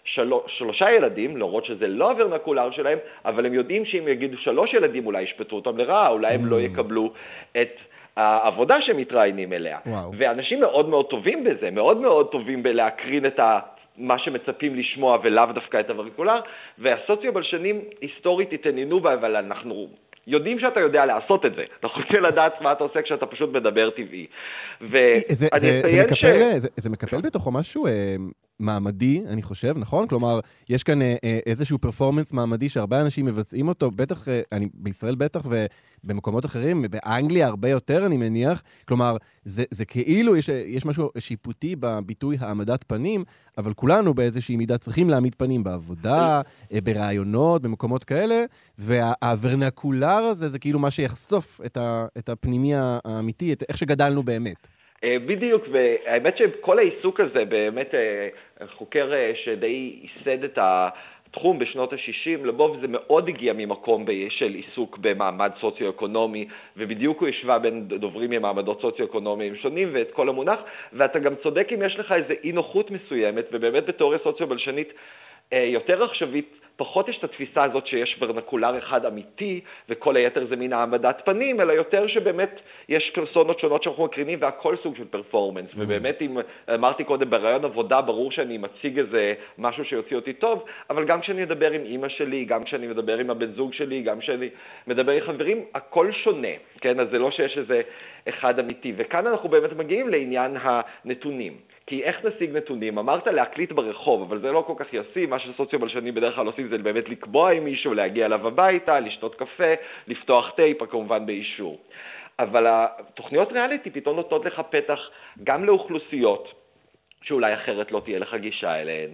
של... שלושה ילדים, למרות שזה לא הוורנקולר שלהם, אבל הם יודעים שאם יגידו שלוש ילדים אולי ישפטו אותם לרעה, אולי הם לא יקבלו את העבודה שהם מתראיינים אליה. וואו. ואנשים מאוד מאוד טובים בזה, מאוד מאוד טובים בלהקרין את ה... מה שמצפים לשמוע ולאו דווקא את הוורנקולר, והסוציו-בלשנים היסטורית התעניינו בה, אבל אנחנו יודעים שאתה יודע לעשות את זה. אנחנו רוצים לדעת מה אתה עושה כשאתה פשוט מדבר טבעי. זה, זה, זה, מקפל, ש... זה, זה מקפל בתוכו משהו אה, מעמדי, אני חושב, נכון? כלומר, יש כאן אה, איזשהו פרפורמנס מעמדי שהרבה אנשים מבצעים אותו, בטח, אה, אני, בישראל בטח ובמקומות אחרים, באנגליה הרבה יותר, אני מניח. כלומר, זה, זה כאילו, יש, יש משהו שיפוטי בביטוי העמדת פנים, אבל כולנו באיזושהי מידה צריכים להעמיד פנים בעבודה, אה, ברעיונות, במקומות כאלה, והוורנקולר הזה זה כאילו מה שיחשוף את, ה, את הפנימי האמיתי, את איך שגדלנו באמת. בדיוק, והאמת שכל העיסוק הזה באמת חוקר שדי ייסד את התחום בשנות ה-שישים, לבוב זה מאוד הגיע ממקום של עיסוק במעמד סוציו-אקונומי, ובדיוק הוא השווה בין דוברים ממעמדות סוציו-אקונומיים שונים ואת כל המונח, ואתה גם צודק אם יש לך איזו אי נוחות מסוימת, ובאמת בתיאוריה סוציו-בלשנית יותר עכשווית, פחות יש את התפיסה הזאת שיש ורנקולר אחד אמיתי, וכל היתר זה מין העמדת פנים, אלא יותר שבאמת יש פרסונות שונות שאנחנו מקרינים, והכל סוג של פרפורמנס. Mm. ובאמת, אם אמרתי קודם, ברעיון עבודה, ברור שאני מציג איזה משהו שיוציא אותי טוב, אבל גם כשאני מדבר עם אמא שלי, גם כשאני מדבר עם הבן זוג שלי, גם כשאני מדבר עם חברים, הכל שונה. כן? אז זה לא שיש איזה אחד אמיתי. וכאן אנחנו באמת מגיעים לעניין הנתונים. כי איך נשיג נתונים? אמרת להקליט ברחוב, אבל זה לא כל כך ישים. מה שסוציו-בלשנים בדרך כלל עושים זה באמת לקבוע עם מישהו, להגיע אליו הביתה, לשתות קפה, לפתוח טייפ, כמובן באישור. אבל התוכניות ריאליטי פתאום נותנות לך פתח גם לאוכלוסיות, שאולי אחרת לא תהיה לך גישה אליהן,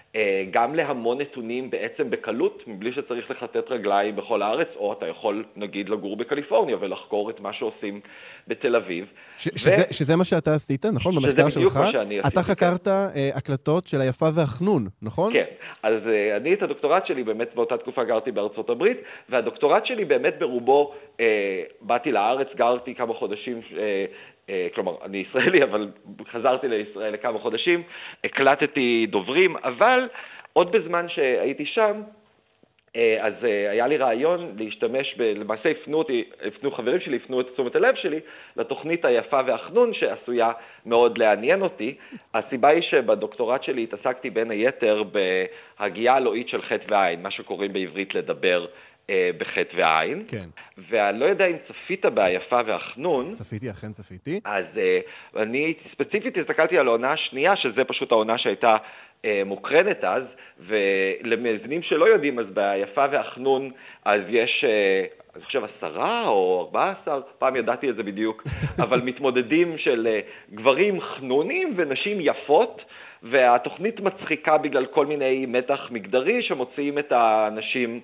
גם להמון נתונים בעצם בקלות, מבלי שצריך לחטט רגליים בכל הארץ, או אתה יכול, נגיד, לגור בקליפורניה ולחקור את מה שעושים בתל אביב. ש- ו- שזה, שזה מה שאתה עשית, נכון? במחקר שלך? אתה חקרת כן. הקלטות של היפה והחנון, נכון? כן. אז אני את הדוקטורט שלי, באמת באותה תקופה גרתי בארצות הברית, והדוקטורט שלי באמת ברובו, אה, באתי לארץ, גרתי כמה חודשים, אה, כלומר, אני ישראלי, אבל חזרתי לישראל לכמה חודשים, הקלטתי דוברים, אבל עוד בזמן שהייתי שם, אז היה לי רעיון להשתמש, ב, למעשה הפנו אותי, הפנו חברים שלי, הפנו את תשומת הלב שלי, לתוכנית היפה והחנון שעשויה מאוד לעניין אותי. הסיבה היא שבדוקטורט שלי התעסקתי בין היתר בהגיעה אלוהית של חטא ועין, מה שקוראים בעברית לדבר בחטא ועין. כן. ואני לא יודע אם צפית ביפה והחנון. צפיתי, אכן צפיתי. אז uh, אני ספציפית הסתכלתי על העונה השנייה, שזה פשוט העונה שהייתה uh, מוקרנת אז, ולמאזינים שלא יודעים, אז ביפה והחנון, אז יש, uh, אני חושב, עשרה או ארבעה עשר, פעם ידעתי את זה בדיוק, אבל מתמודדים של uh, גברים חנונים ונשים יפות, והתוכנית מצחיקה בגלל כל מיני מתח מגדרי שמוציאים את האנשים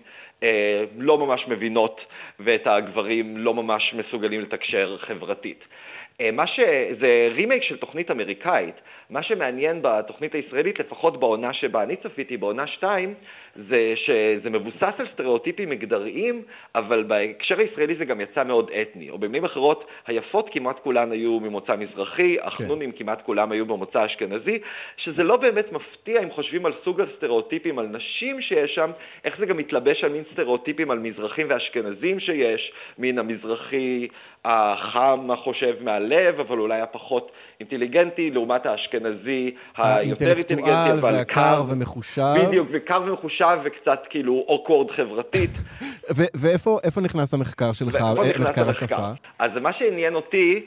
לא ממש מבינות, ואת הגברים לא ממש מסוגלים לתקשר חברתית. מה שזה רימייק של תוכנית אמריקאית. מה שמעניין בתוכנית הישראלית, לפחות בעונה שבה אני צפיתי, בעונה שתיים, זה שזה מבוסס על סטריאוטיפים מגדריים, אבל בהקשר הישראלי זה גם יצא מאוד אתני. או במילים אחרות, היפות כמעט כולן היו ממוצא מזרחי, החנונים כן. כמעט כולם היו במוצא אשכנזי, שזה לא באמת מפתיע אם חושבים על סוג הסטריאוטיפים על נשים שיש שם, איך זה גם מתלבש על מין סטריאוטיפים על מזרחים ואשכנזים שיש, מן המזרחי החם החושב מהלב, אבל אולי הפחות אינטליגנטי, לעומת האשכנזי היותר אינטליגנטי, אבל והקר ומחושב. בדיוק, וקר ומחושב וקצת כאילו אוקורד חברתית. ואיפה נכנס המחקר שלך, מחקר השפה? אז מה שעניין אותי,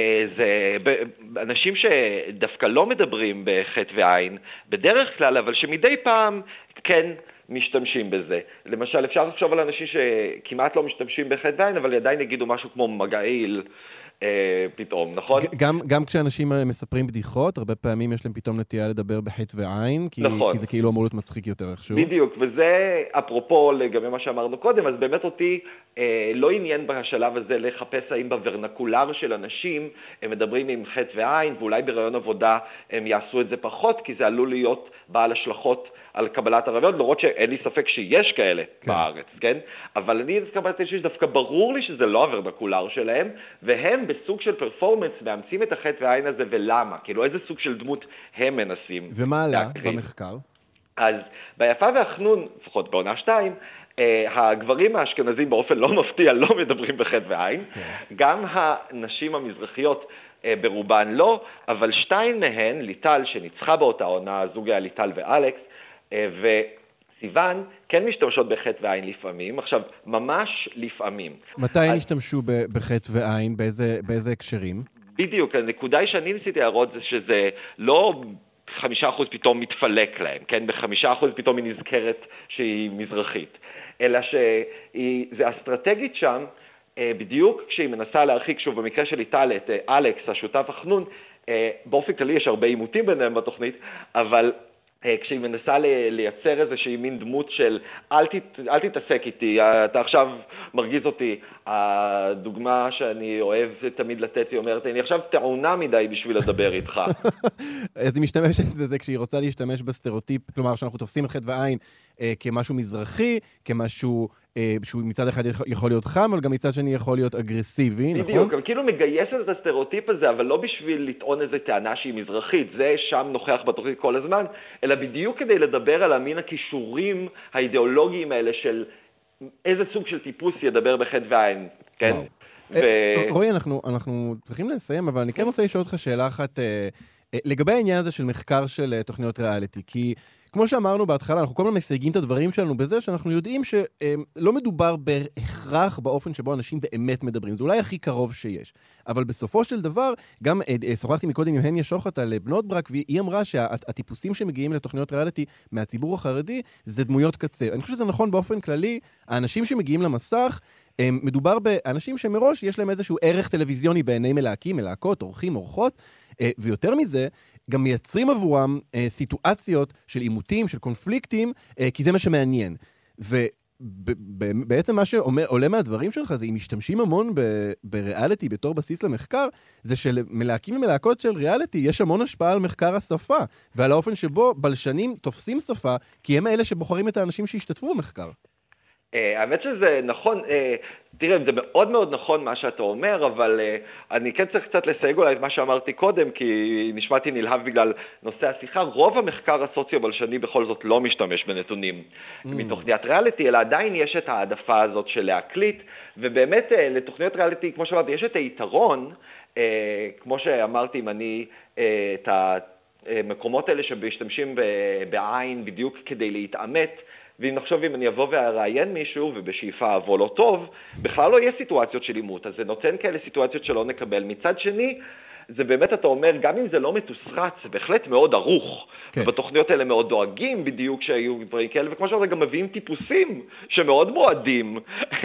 זה אנשים שדווקא לא מדברים בחטא ועין, בדרך כלל, אבל שמדי פעם כן משתמשים בזה. למשל, אפשר לחשוב על אנשים שכמעט לא משתמשים בחטא ועין, אבל עדיין יגידו משהו כמו מגעיל, אה, פתאום, נכון? גם, גם כשאנשים מספרים בדיחות, הרבה פעמים יש להם פתאום נטייה לדבר בחטא ועין, כי, נכון. כי זה כאילו אמור להיות מצחיק יותר איכשהו. בדיוק, וזה אפרופו לגבי מה שאמרנו קודם, אז באמת אותי אה, לא עניין בשלב הזה לחפש האם בוורנקולר של אנשים הם מדברים עם חטא ועין, ואולי ברעיון עבודה הם יעשו את זה פחות, כי זה עלול להיות בעל השלכות על קבלת הרעיון, למרות שאין לי ספק שיש כאלה כן. בארץ, כן? אבל אני קבלתי שדווקא ברור לי שזה לא הוורנקולר שלהם, והם בסוג של פרפורמנס מאמצים את החטא והעין הזה, ולמה? כאילו איזה סוג של דמות הם מנסים ומה עלה במחקר? אז ביפה והחנון, לפחות בעונה שתיים, הגברים האשכנזים באופן לא מפתיע לא מדברים בחטא ועין, גם הנשים המזרחיות ברובן לא, אבל שתיים מהן, ליטל שניצחה באותה עונה, הזוג היה ליטל ואלכס, וסיוון כן משתמשות בחטא ועין לפעמים, עכשיו ממש לפעמים. מתי אז... נשתמשו בחטא ועין? באיזה, באיזה הקשרים? בדיוק, הנקודה שאני ניסיתי להראות זה שזה לא חמישה אחוז פתאום מתפלק להם, כן? בחמישה אחוז פתאום היא נזכרת שהיא מזרחית, אלא שזה אסטרטגית שם, בדיוק כשהיא מנסה להרחיק, שוב במקרה של ליטל את אלכס, השותף החנון, באופן כללי יש הרבה עימותים ביניהם בתוכנית, אבל כשהיא מנסה לייצר איזושהי מין דמות של אל, תת, אל תתעסק איתי, אתה עכשיו מרגיז אותי. הדוגמה שאני אוהב תמיד לתת, היא אומרת, אני עכשיו טעונה מדי בשביל לדבר איתך. אז היא משתמשת בזה כשהיא רוצה להשתמש בסטריאוטיפ, כלומר שאנחנו תופסים את חטא ועין אה, כמשהו מזרחי, כמשהו אה, שהוא מצד אחד יכול להיות חם, אבל גם מצד שני יכול להיות אגרסיבי, בדיוק, נכון? בדיוק, כאילו מגייסת את הסטריאוטיפ הזה, אבל לא בשביל לטעון איזו טענה שהיא מזרחית, זה שם נוכח בתוכנית כל הזמן, אלא בדיוק כדי לדבר על המין הכישורים האידיאולוגיים האלה של איזה סוג של טיפוס ידבר בחטא ועין, כן? ו... רועי, אנחנו, אנחנו צריכים לסיים, אבל אני כן רוצה לשאול אותך שאלה אחת אה, אה, לגבי העניין הזה של מחקר של אה, תוכניות ריאליטי, כי כמו שאמרנו בהתחלה, אנחנו כל הזמן מסייגים את הדברים שלנו בזה שאנחנו יודעים שלא מדובר בהכרח באופן שבו אנשים באמת מדברים. זה אולי הכי קרוב שיש. אבל בסופו של דבר, גם שוחחתי מקודם עם הניה שוחט על בנות ברק, והיא אמרה שהטיפוסים שמגיעים לתוכניות ריאליטי מהציבור החרדי, זה דמויות קצה. אני חושב שזה נכון באופן כללי, האנשים שמגיעים למסך, מדובר באנשים שמראש יש להם איזשהו ערך טלוויזיוני בעיני מלהקים, מלהקות, אורחים, אורחות, ויותר מזה, גם מייצרים עבורם אה, סיטואציות של עימותים, של קונפליקטים, אה, כי זה מה שמעניין. ובעצם מה שעולה מהדברים שלך, זה אם משתמשים המון ב- בריאליטי בתור בסיס למחקר, זה שלמלהקים ומלהקות של ריאליטי יש המון השפעה על מחקר השפה, ועל האופן שבו בלשנים תופסים שפה, כי הם האלה שבוחרים את האנשים שהשתתפו במחקר. האמת שזה נכון, תראה, זה מאוד מאוד נכון מה שאתה אומר, אבל אני כן צריך קצת לסייג אולי את מה שאמרתי קודם, כי נשמעתי נלהב בגלל נושא השיחה. רוב המחקר הסוציו-בלשני בכל זאת לא משתמש בנתונים mm. מתוכניות ריאליטי, אלא עדיין יש את העדפה הזאת של להקליט, ובאמת לתוכניות ריאליטי, כמו שאמרתי, יש את היתרון, כמו שאמרתי, אם אני את המקומות האלה שמשתמשים בעין בדיוק כדי להתאמת, ואם נחשוב אם אני אבוא ואראיין מישהו ובשאיפה אבוא לא טוב, בכלל לא יהיה סיטואציות של אימות, אז זה נותן כאלה סיטואציות שלא נקבל. מצד שני, זה באמת, אתה אומר, גם אם זה לא מתוסרט, זה בהחלט מאוד ערוך. כן. ובתוכניות האלה מאוד דואגים בדיוק שהיו דברים כאלה, וכמו שאתה גם מביאים טיפוסים שמאוד מועדים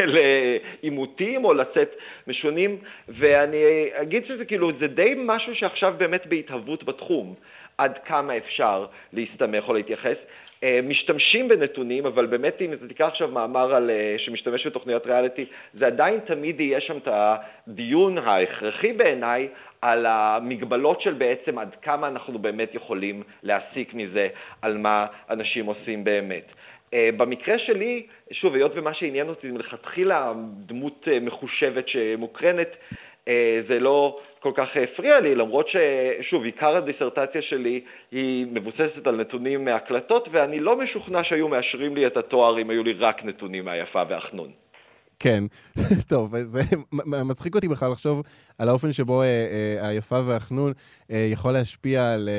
לאימותים או לצאת משונים, ואני אגיד שזה כאילו, זה די משהו שעכשיו באמת בהתהוות בתחום, עד כמה אפשר להסתמך או להתייחס. משתמשים בנתונים, אבל באמת אם אתה תיקח עכשיו מאמר על, שמשתמש בתוכניות ריאליטי, זה עדיין תמיד יהיה שם את הדיון ההכרחי בעיניי על המגבלות של בעצם עד כמה אנחנו באמת יכולים להסיק מזה על מה אנשים עושים באמת. במקרה שלי, שוב, היות ומה שעניין אותי מלכתחילה דמות מחושבת שמוקרנת, זה לא כל כך הפריע לי, למרות ששוב, עיקר הדיסרטציה שלי היא מבוססת על נתונים מהקלטות, ואני לא משוכנע שהיו מאשרים לי את התואר אם היו לי רק נתונים מהיפה והחנון. כן, טוב, זה מצחיק אותי בכלל לחשוב על האופן שבו היפה והחנון יכול להשפיע על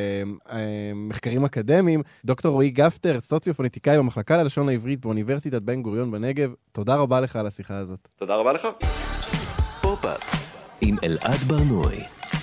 מחקרים אקדמיים. דוקטור רועי גפטר, סוציו-פוליטיקאי במחלקה ללשון העברית באוניברסיטת בן גוריון בנגב, תודה רבה לך על השיחה הזאת. תודה רבה לך. פופ-אפ עם אלעד ברנועי.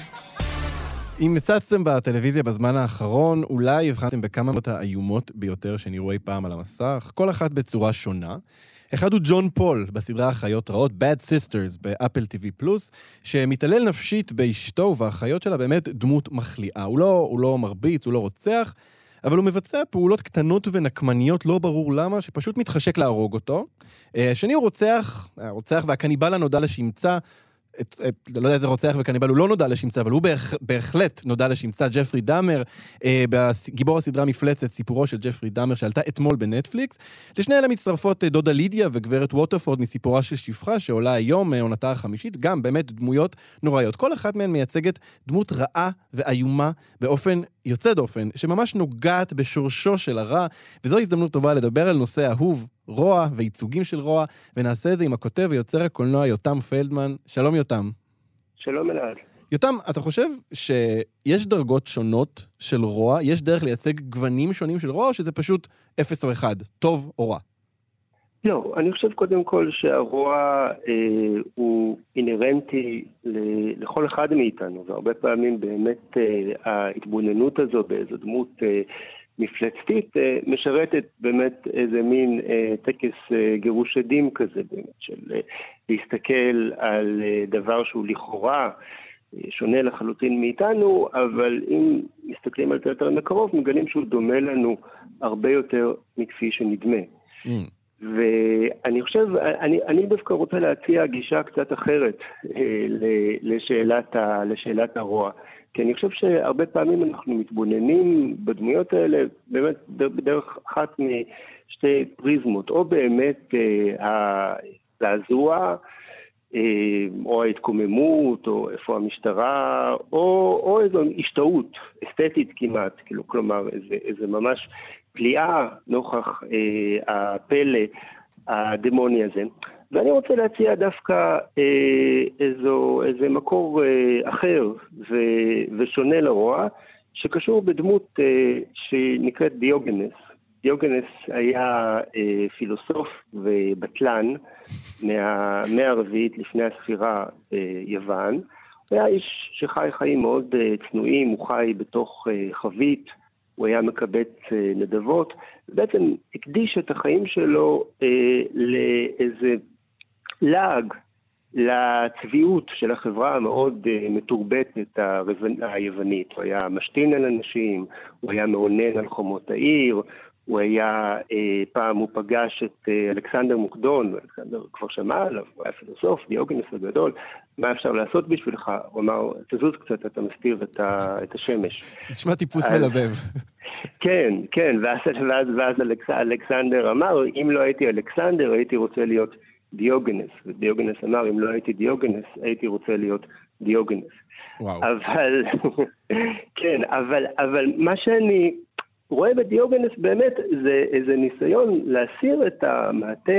אם מצאתם בטלוויזיה בזמן האחרון, אולי הבחנתם בכמה מות האיומות ביותר שנראו אי פעם על המסך, כל אחת בצורה שונה. אחד הוא ג'ון פול בסדרה החיות רעות, Bad Sisters באפל טי וי פלוס, שמתעלל נפשית באשתו ובאחיות שלה באמת דמות מחליאה. הוא לא, הוא לא מרביץ, הוא לא רוצח, אבל הוא מבצע פעולות קטנות ונקמניות, לא ברור למה, שפשוט מתחשק להרוג אותו. השני הוא רוצח, הרוצח והקניבל הנודע לשמצה, את, את, לא יודע איזה רוצח וקניבל, הוא לא נודע לשמצה, אבל הוא בהח, בהחלט נודע לשמצה, ג'פרי דאמר, אה, גיבור הסדרה מפלצת, סיפורו של ג'פרי דאמר, שעלתה אתמול בנטפליקס. לשני אלה מצטרפות דודה לידיה וגברת ווטרפורד מסיפורה של שפחה, שעולה היום עונתה החמישית, גם באמת דמויות נוראיות. כל אחת מהן מייצגת דמות רעה ואיומה באופן יוצא דופן, שממש נוגעת בשורשו של הרע, וזו הזדמנות טובה לדבר על נושא אהוב, רוע וייצוגים של רוע, ונעשה את זה עם הכותב ויוצר הקולנוע יותם פלדמן. שלום יותם. שלום אלעד. יותם, אתה חושב שיש דרגות שונות של רוע? יש דרך לייצג גוונים שונים של רוע, או שזה פשוט אפס או אחד, טוב או רע? לא, אני חושב קודם כל שהרוע אה, הוא אינרנטי ל- לכל אחד מאיתנו, והרבה פעמים באמת אה, ההתבוננות הזו באיזו דמות אה, מפלצתית אה, משרתת באמת איזה מין אה, טקס אה, גירוש עדים כזה, באמת, של אה, להסתכל על אה, דבר שהוא לכאורה אה, שונה לחלוטין מאיתנו, אבל אם מסתכלים על זה יותר מקרוב, מגלים שהוא דומה לנו הרבה יותר מכפי שנדמה. Mm. ואני חושב, אני, אני דווקא רוצה להציע גישה קצת אחרת אה, לשאלת, ה, לשאלת הרוע. כי אני חושב שהרבה פעמים אנחנו מתבוננים בדמויות האלה באמת בדרך אחת משתי פריזמות, או באמת אה, הזעזוע, אה, או ההתקוממות, או איפה המשטרה, או, או איזו השתאות אסתטית כמעט, כאילו, כלומר, איזה, איזה ממש פליאה נוכח אה, הפלא הדמוני הזה. ואני רוצה להציע דווקא אה, איזו, איזה מקור אה, אחר ו, ושונה לרוע, שקשור בדמות אה, שנקראת דיוגנס. דיוגנס היה אה, פילוסוף ובטלן מהמאה הרביעית לפני הספירה ביוון. הוא היה איש שחי חיים מאוד אה, צנועים, הוא חי בתוך אה, חבית, הוא היה מקבץ אה, נדבות, בעצם הקדיש את החיים שלו אה, לאיזה לעג, לצביעות של החברה המאוד אה, מתורבתת היוונית. הוא היה משתין על אנשים, הוא היה מעונן על חומות העיר, הוא היה, אה, פעם הוא פגש את אה, אלכסנדר מוקדון, ואלכסנדר כבר שמע עליו, הוא היה פילוסוף, דיוגנס הגדול, מה אפשר לעשות בשבילך? הוא אמר, תזוז קצת, אתה מסתיר את, ה, את השמש. נשמע טיפוס אז, מלבב. כן, כן, ואז, ואז, ואז אלכס, אלכסנדר אמר, אם לא הייתי אלכסנדר, הייתי רוצה להיות דיוגנס. ודיוגנס אמר, אם לא הייתי דיוגנס, הייתי רוצה להיות דיוגנס. וואו. אבל, כן, אבל, אבל מה שאני רואה בדיוגנס באמת, זה איזה ניסיון להסיר את המעטה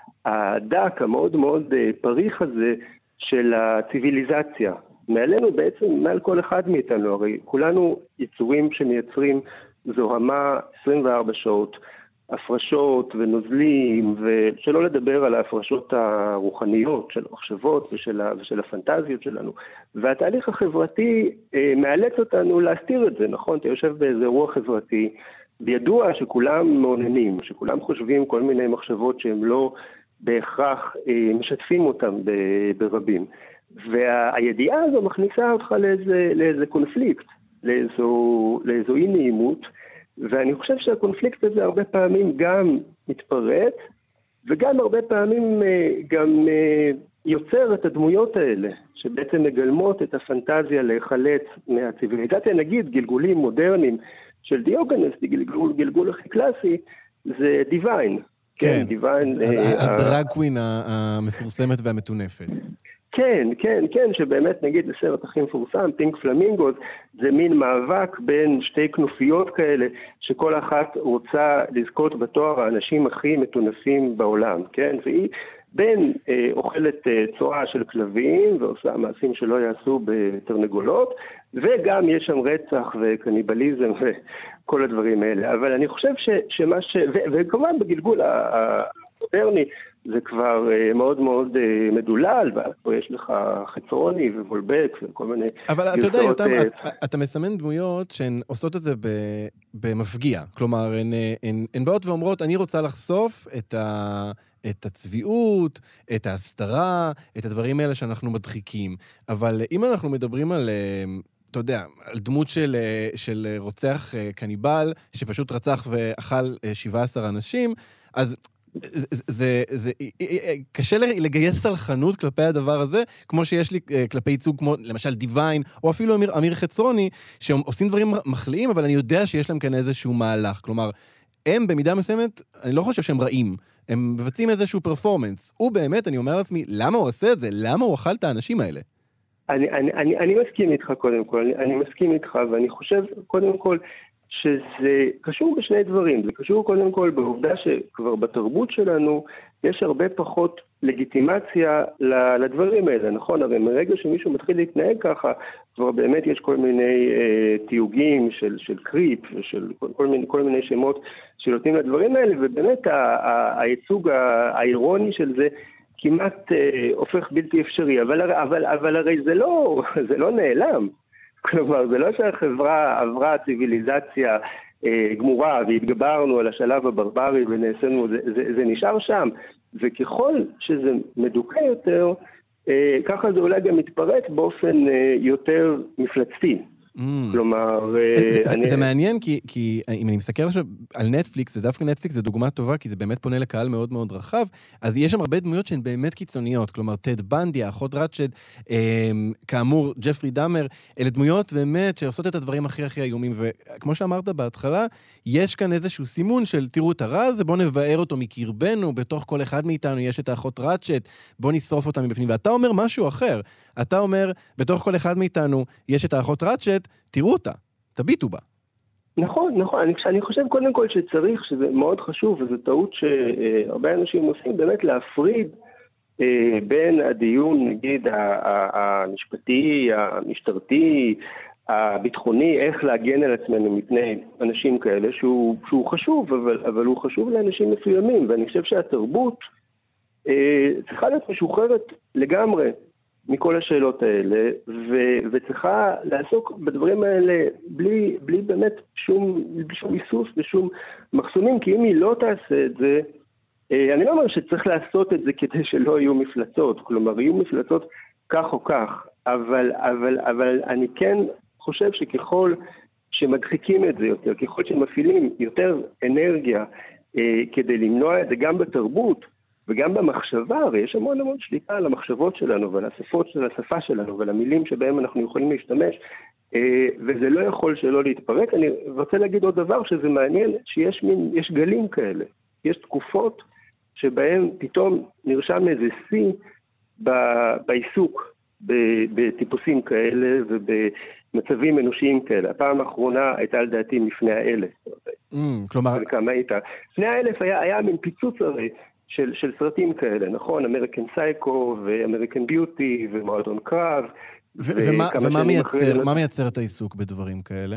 הדק, המאוד מאוד פריך הזה, של הציביליזציה. מעלינו בעצם, מעל כל אחד מאיתנו, הרי כולנו יצורים שמייצרים זוהמה עשרים וארבע שעות, הפרשות ונוזלים, ושלא לדבר על ההפרשות הרוחניות של המחשבות ושל, ושל הפנטזיות שלנו. והתהליך החברתי אה, מאלץ אותנו להסתיר את זה, נכון? אתה יושב באיזה אירוע חברתי, בידוע שכולם מעוננים, שכולם חושבים כל מיני מחשבות שהם לא בהכרח אה, משתפים אותם ברבים. והידיעה הזו מכניסה אותך לאיזה, לאיזה קונפליקט, לאיזו, לאיזו אי נעימות, ואני חושב שהקונפליקט הזה הרבה פעמים גם מתפרט, וגם הרבה פעמים גם יוצר את הדמויות האלה, שבעצם מגלמות את הפנטזיה להיחלץ מהציביליזציה. נגיד גלגולים מודרניים של דיוגנס, גלגול, גלגול הכי קלאסי, זה דיוויין. כן, דיוויין. הדרג קווין המפורסמת והמטונפת. כן, כן, כן, שבאמת נגיד בסרט הכי מפורסם, פינק פלמינגוז, זה מין מאבק בין שתי כנופיות כאלה, שכל אחת רוצה לזכות בתואר האנשים הכי מטונפים בעולם, כן? והיא בין אה, אוכלת אה, צואה של כלבים, ועושה מעשים שלא יעשו בתרנגולות, וגם יש שם רצח וקניבליזם וכל הדברים האלה. אבל אני חושב ש, שמה ש... ו, וכמובן בגלגול המודרני, זה כבר מאוד מאוד מדולל, ופה יש לך חצרוני ובולבק וכל מיני... אבל אתה יודע, יותם, אתה מסמן דמויות שהן עושות את זה במפגיע. כלומר, הן באות ואומרות, אני רוצה לחשוף את ה... את הצביעות, את ההסתרה, את הדברים האלה שאנחנו מדחיקים. אבל אם אנחנו מדברים על... אתה יודע, על דמות של, של רוצח קניבל, שפשוט רצח ואכל שבעה עשר אנשים, אז זה, זה, זה, קשה לגייס סלחנות כלפי הדבר הזה, כמו שיש לי כלפי ייצוג כמו למשל דיוויין, או אפילו אמיר, אמיר חצרוני, שעושים דברים מחליאים, אבל אני יודע שיש להם כאן איזשהו מהלך. כלומר, הם במידה מסוימת, אני לא חושב שהם רעים, הם מבצעים איזשהו פרפורמנס. הוא באמת, אני אומר לעצמי, למה הוא עושה את זה? למה הוא אכל את האנשים האלה? אני, אני, אני, אני מסכים איתך קודם כל, אני, אני מסכים איתך, ואני חושב קודם כל, שזה קשור בשני דברים. זה קשור קודם כל בעובדה שכבר בתרבות שלנו יש הרבה פחות לגיטימציה לדברים האלה, נכון? הרי מרגע שמישהו מתחיל להתנהג ככה, כבר באמת יש כל מיני אה, תיוגים של, של קריפ ושל כל, כל, מיני, כל מיני שמות שנותנים לדברים האלה, ובאמת ה, ה, הייצוג האירוני של זה כמעט אה, הופך בלתי אפשרי, אבל, אבל, אבל הרי זה לא, זה לא נעלם. כלומר, זה לא שהחברה עברה ציוויליזציה אה, גמורה והתגברנו על השלב הברברי ונעשינו, זה, זה, זה נשאר שם. וככל שזה מדוכא יותר, אה, ככה זה אולי גם מתפרט באופן אה, יותר מפלצתי. Mm. כלומר, אה, זה, אני... זה מעניין כי, כי אם אני מסתכל עכשיו על נטפליקס, ודווקא נטפליקס זה דוגמה טובה, כי זה באמת פונה לקהל מאוד מאוד רחב, אז יש שם הרבה דמויות שהן באמת קיצוניות, כלומר, טד בנדי, האחות רצ'ד, אה, כאמור, ג'פרי דאמר, אלה דמויות באמת שעושות את הדברים הכי הכי איומים, וכמו שאמרת בהתחלה, יש כאן איזשהו סימון של, תראו את הרע הזה, בוא נבאר אותו מקרבנו, בתוך כל אחד מאיתנו יש את האחות רצ'ד, בוא נשרוף אותה מבפנים, ואתה אומר משהו אחר, אתה אומר, בתוך כל אחד מאיתנו יש את האחות רצ'ד, תראו אותה, תביטו בה. נכון, נכון. אני, אני חושב קודם כל שצריך, שזה מאוד חשוב, וזו טעות שהרבה אנשים עושים, באמת להפריד אה, בין הדיון, נגיד, המשפטי, המשטרתי, הביטחוני, איך להגן על עצמנו מפני אנשים כאלה, שהוא, שהוא חשוב, אבל, אבל הוא חשוב לאנשים מסוימים, ואני חושב שהתרבות אה, צריכה להיות משוחררת לגמרי, מכל השאלות האלה, ו- וצריכה לעסוק בדברים האלה בלי, בלי באמת שום, שום איסוס ושום מחסומים, כי אם היא לא תעשה את זה, אני לא אומר שצריך לעשות את זה כדי שלא יהיו מפלצות, כלומר, יהיו מפלצות כך או כך, אבל, אבל, אבל אני כן חושב שככל שמדחיקים את זה יותר, ככל שמפעילים יותר אנרגיה כדי למנוע את זה גם בתרבות, וגם במחשבה, הרי יש המון המון שליטה על המחשבות שלנו ועל השפות של השפה שלנו ועל המילים שבהם אנחנו יכולים להשתמש, וזה לא יכול שלא להתפרק. אני רוצה להגיד עוד דבר שזה מעניין, שיש מין, יש גלים כאלה, יש תקופות שבהם פתאום נרשם איזה שיא בעיסוק בטיפוסים כאלה ובמצבים אנושיים כאלה. הפעם האחרונה הייתה לדעתי לפני האלף. כלומר... כמה הייתה? לפני האלף היה, היה מין פיצוץ הרי, של, של סרטים כאלה, נכון? אמריקן סייקו ואמריקן ביוטי ומועדון קרב. ומה, ומה מייצר, מה מייצר את העיסוק בדברים כאלה?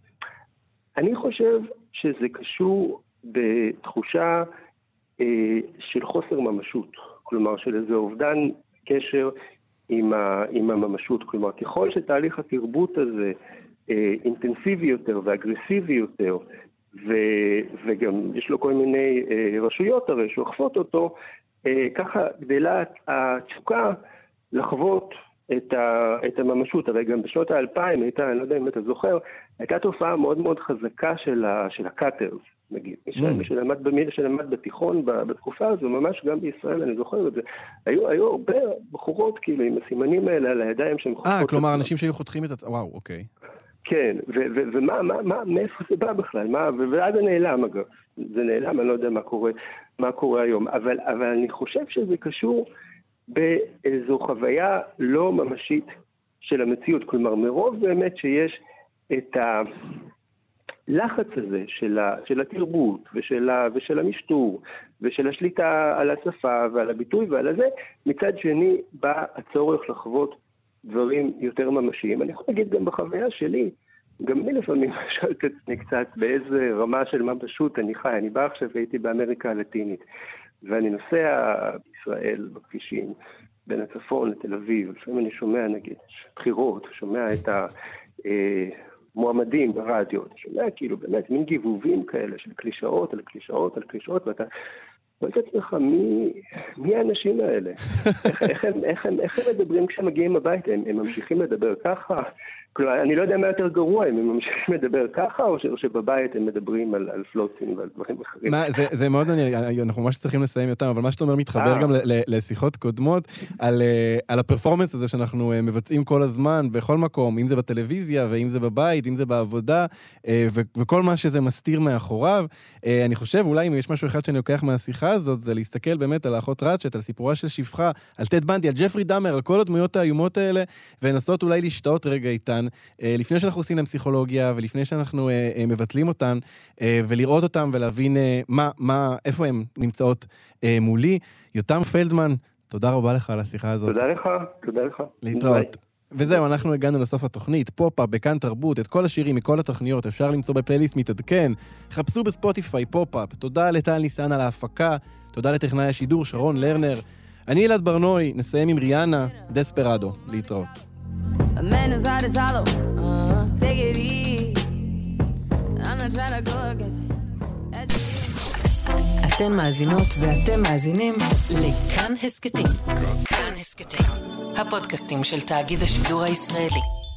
אני חושב שזה קשור בתחושה אה, של חוסר ממשות. כלומר, של איזה אובדן קשר עם, ה, עם הממשות. כלומר, ככל שתהליך התרבות הזה אה, אינטנסיבי יותר ואגרסיבי יותר, ו- וגם יש לו כל מיני אה, רשויות הרי שאוכפות אותו, אה, ככה גדלה התשוקה לחוות את, ה- את הממשות. הרי גם בשנות האלפיים הייתה, אני לא יודע אם אתה זוכר, הייתה תופעה מאוד מאוד חזקה של, ה- של הקאטרס, נגיד. Mm. מי שלמד, מי שלמד בתיכון בתקופה הזו, ממש גם בישראל, אני זוכר את זה, היו, היו הרבה בחורות כאילו עם הסימנים האלה על הידיים שהם חותכות. אה, כלומר אנשים שהיו חותכים את... וואו, אוקיי. כן, ומה, מה, מה, מאיפה זה בא בכלל? מה, ואז זה נעלם, אגב. זה נעלם, אני לא יודע מה קורה, מה קורה היום. אבל, אבל אני חושב שזה קשור באיזו חוויה לא ממשית של המציאות. כלומר, מרוב באמת שיש את הלחץ הזה של, ה, של התרבות ושל, ה, ושל המשטור ושל השליטה על השפה ועל הביטוי ועל הזה, מצד שני בא הצורך לחוות דברים יותר ממשיים. אני יכול להגיד גם בחוויה שלי, גם אני לפעמים שאלת את עצמי קצת באיזה רמה של ממשות אני חי. אני בא עכשיו והייתי באמריקה הלטינית, ואני נוסע בישראל בכבישים, בין הצפון לתל אביב, לפעמים אני שומע נגיד בחירות, שומע את המועמדים ברדיו, אתה שומע כאילו באמת מין גיבובים כאלה של קלישאות על קלישאות על קלישאות, ואתה רואה את עצמך, מי, מי האנשים האלה? איך, איך, הם, איך, הם, איך הם מדברים כשהם מגיעים הביתה? הם, הם ממשיכים לדבר ככה? כלומר, אני לא יודע מה יותר גרוע, אם הם ממשיכים לדבר ככה, או, ש, או שבבית הם מדברים על, על פלוטים ועל דברים אחרים. מה, זה, זה מאוד מעניין, אנחנו ממש צריכים לסיים יותר, אבל מה שאתה אומר מתחבר גם ל, ל, לשיחות קודמות, על, על הפרפורמנס הזה שאנחנו מבצעים כל הזמן, בכל מקום, אם זה בטלוויזיה, ואם זה בבית, אם זה בעבודה, ו, וכל מה שזה מסתיר מאחוריו. אני חושב, אולי אם יש משהו אחד שאני לוקח מהשיחה הזאת, זה להסתכל באמת על האחות רצ'ט, על סיפורה של שפחה, על טד בנדי, על ג'פרי דאמר, על כל הדמויות האיומות האלה, ולנסות אולי להשתאות רגע איתן, לפני שאנחנו עושים להם פסיכולוגיה, ולפני שאנחנו מבטלים אותן, ולראות אותם ולהבין מה, מה, איפה הם נמצאות מולי. יותם פלדמן, תודה רבה לך על השיחה הזאת. תודה לך, תודה לך. להתראות. וזהו, אנחנו הגענו לסוף התוכנית, פופ-אפ, בכאן תרבות, את כל השירים מכל התוכניות, אפשר למצוא בפלייליסט מתעדכן, חפשו בספוטיפיי, פופ-אפ, תודה לטל ניסן על ההפקה, תודה לטכנאי השידור, שרון לרנר, אני אלעד ברנוי, נסיים עם ריאנה, דספרדו, להתראות. A man whose heart is hollow, uh, take it easy. I'm not trying to go against it. אתן מאזינות ואתם מאזינים לכאן הסקטים. כאן הסקטים, הפודקאסטים של תאגיד השידור הישראלי.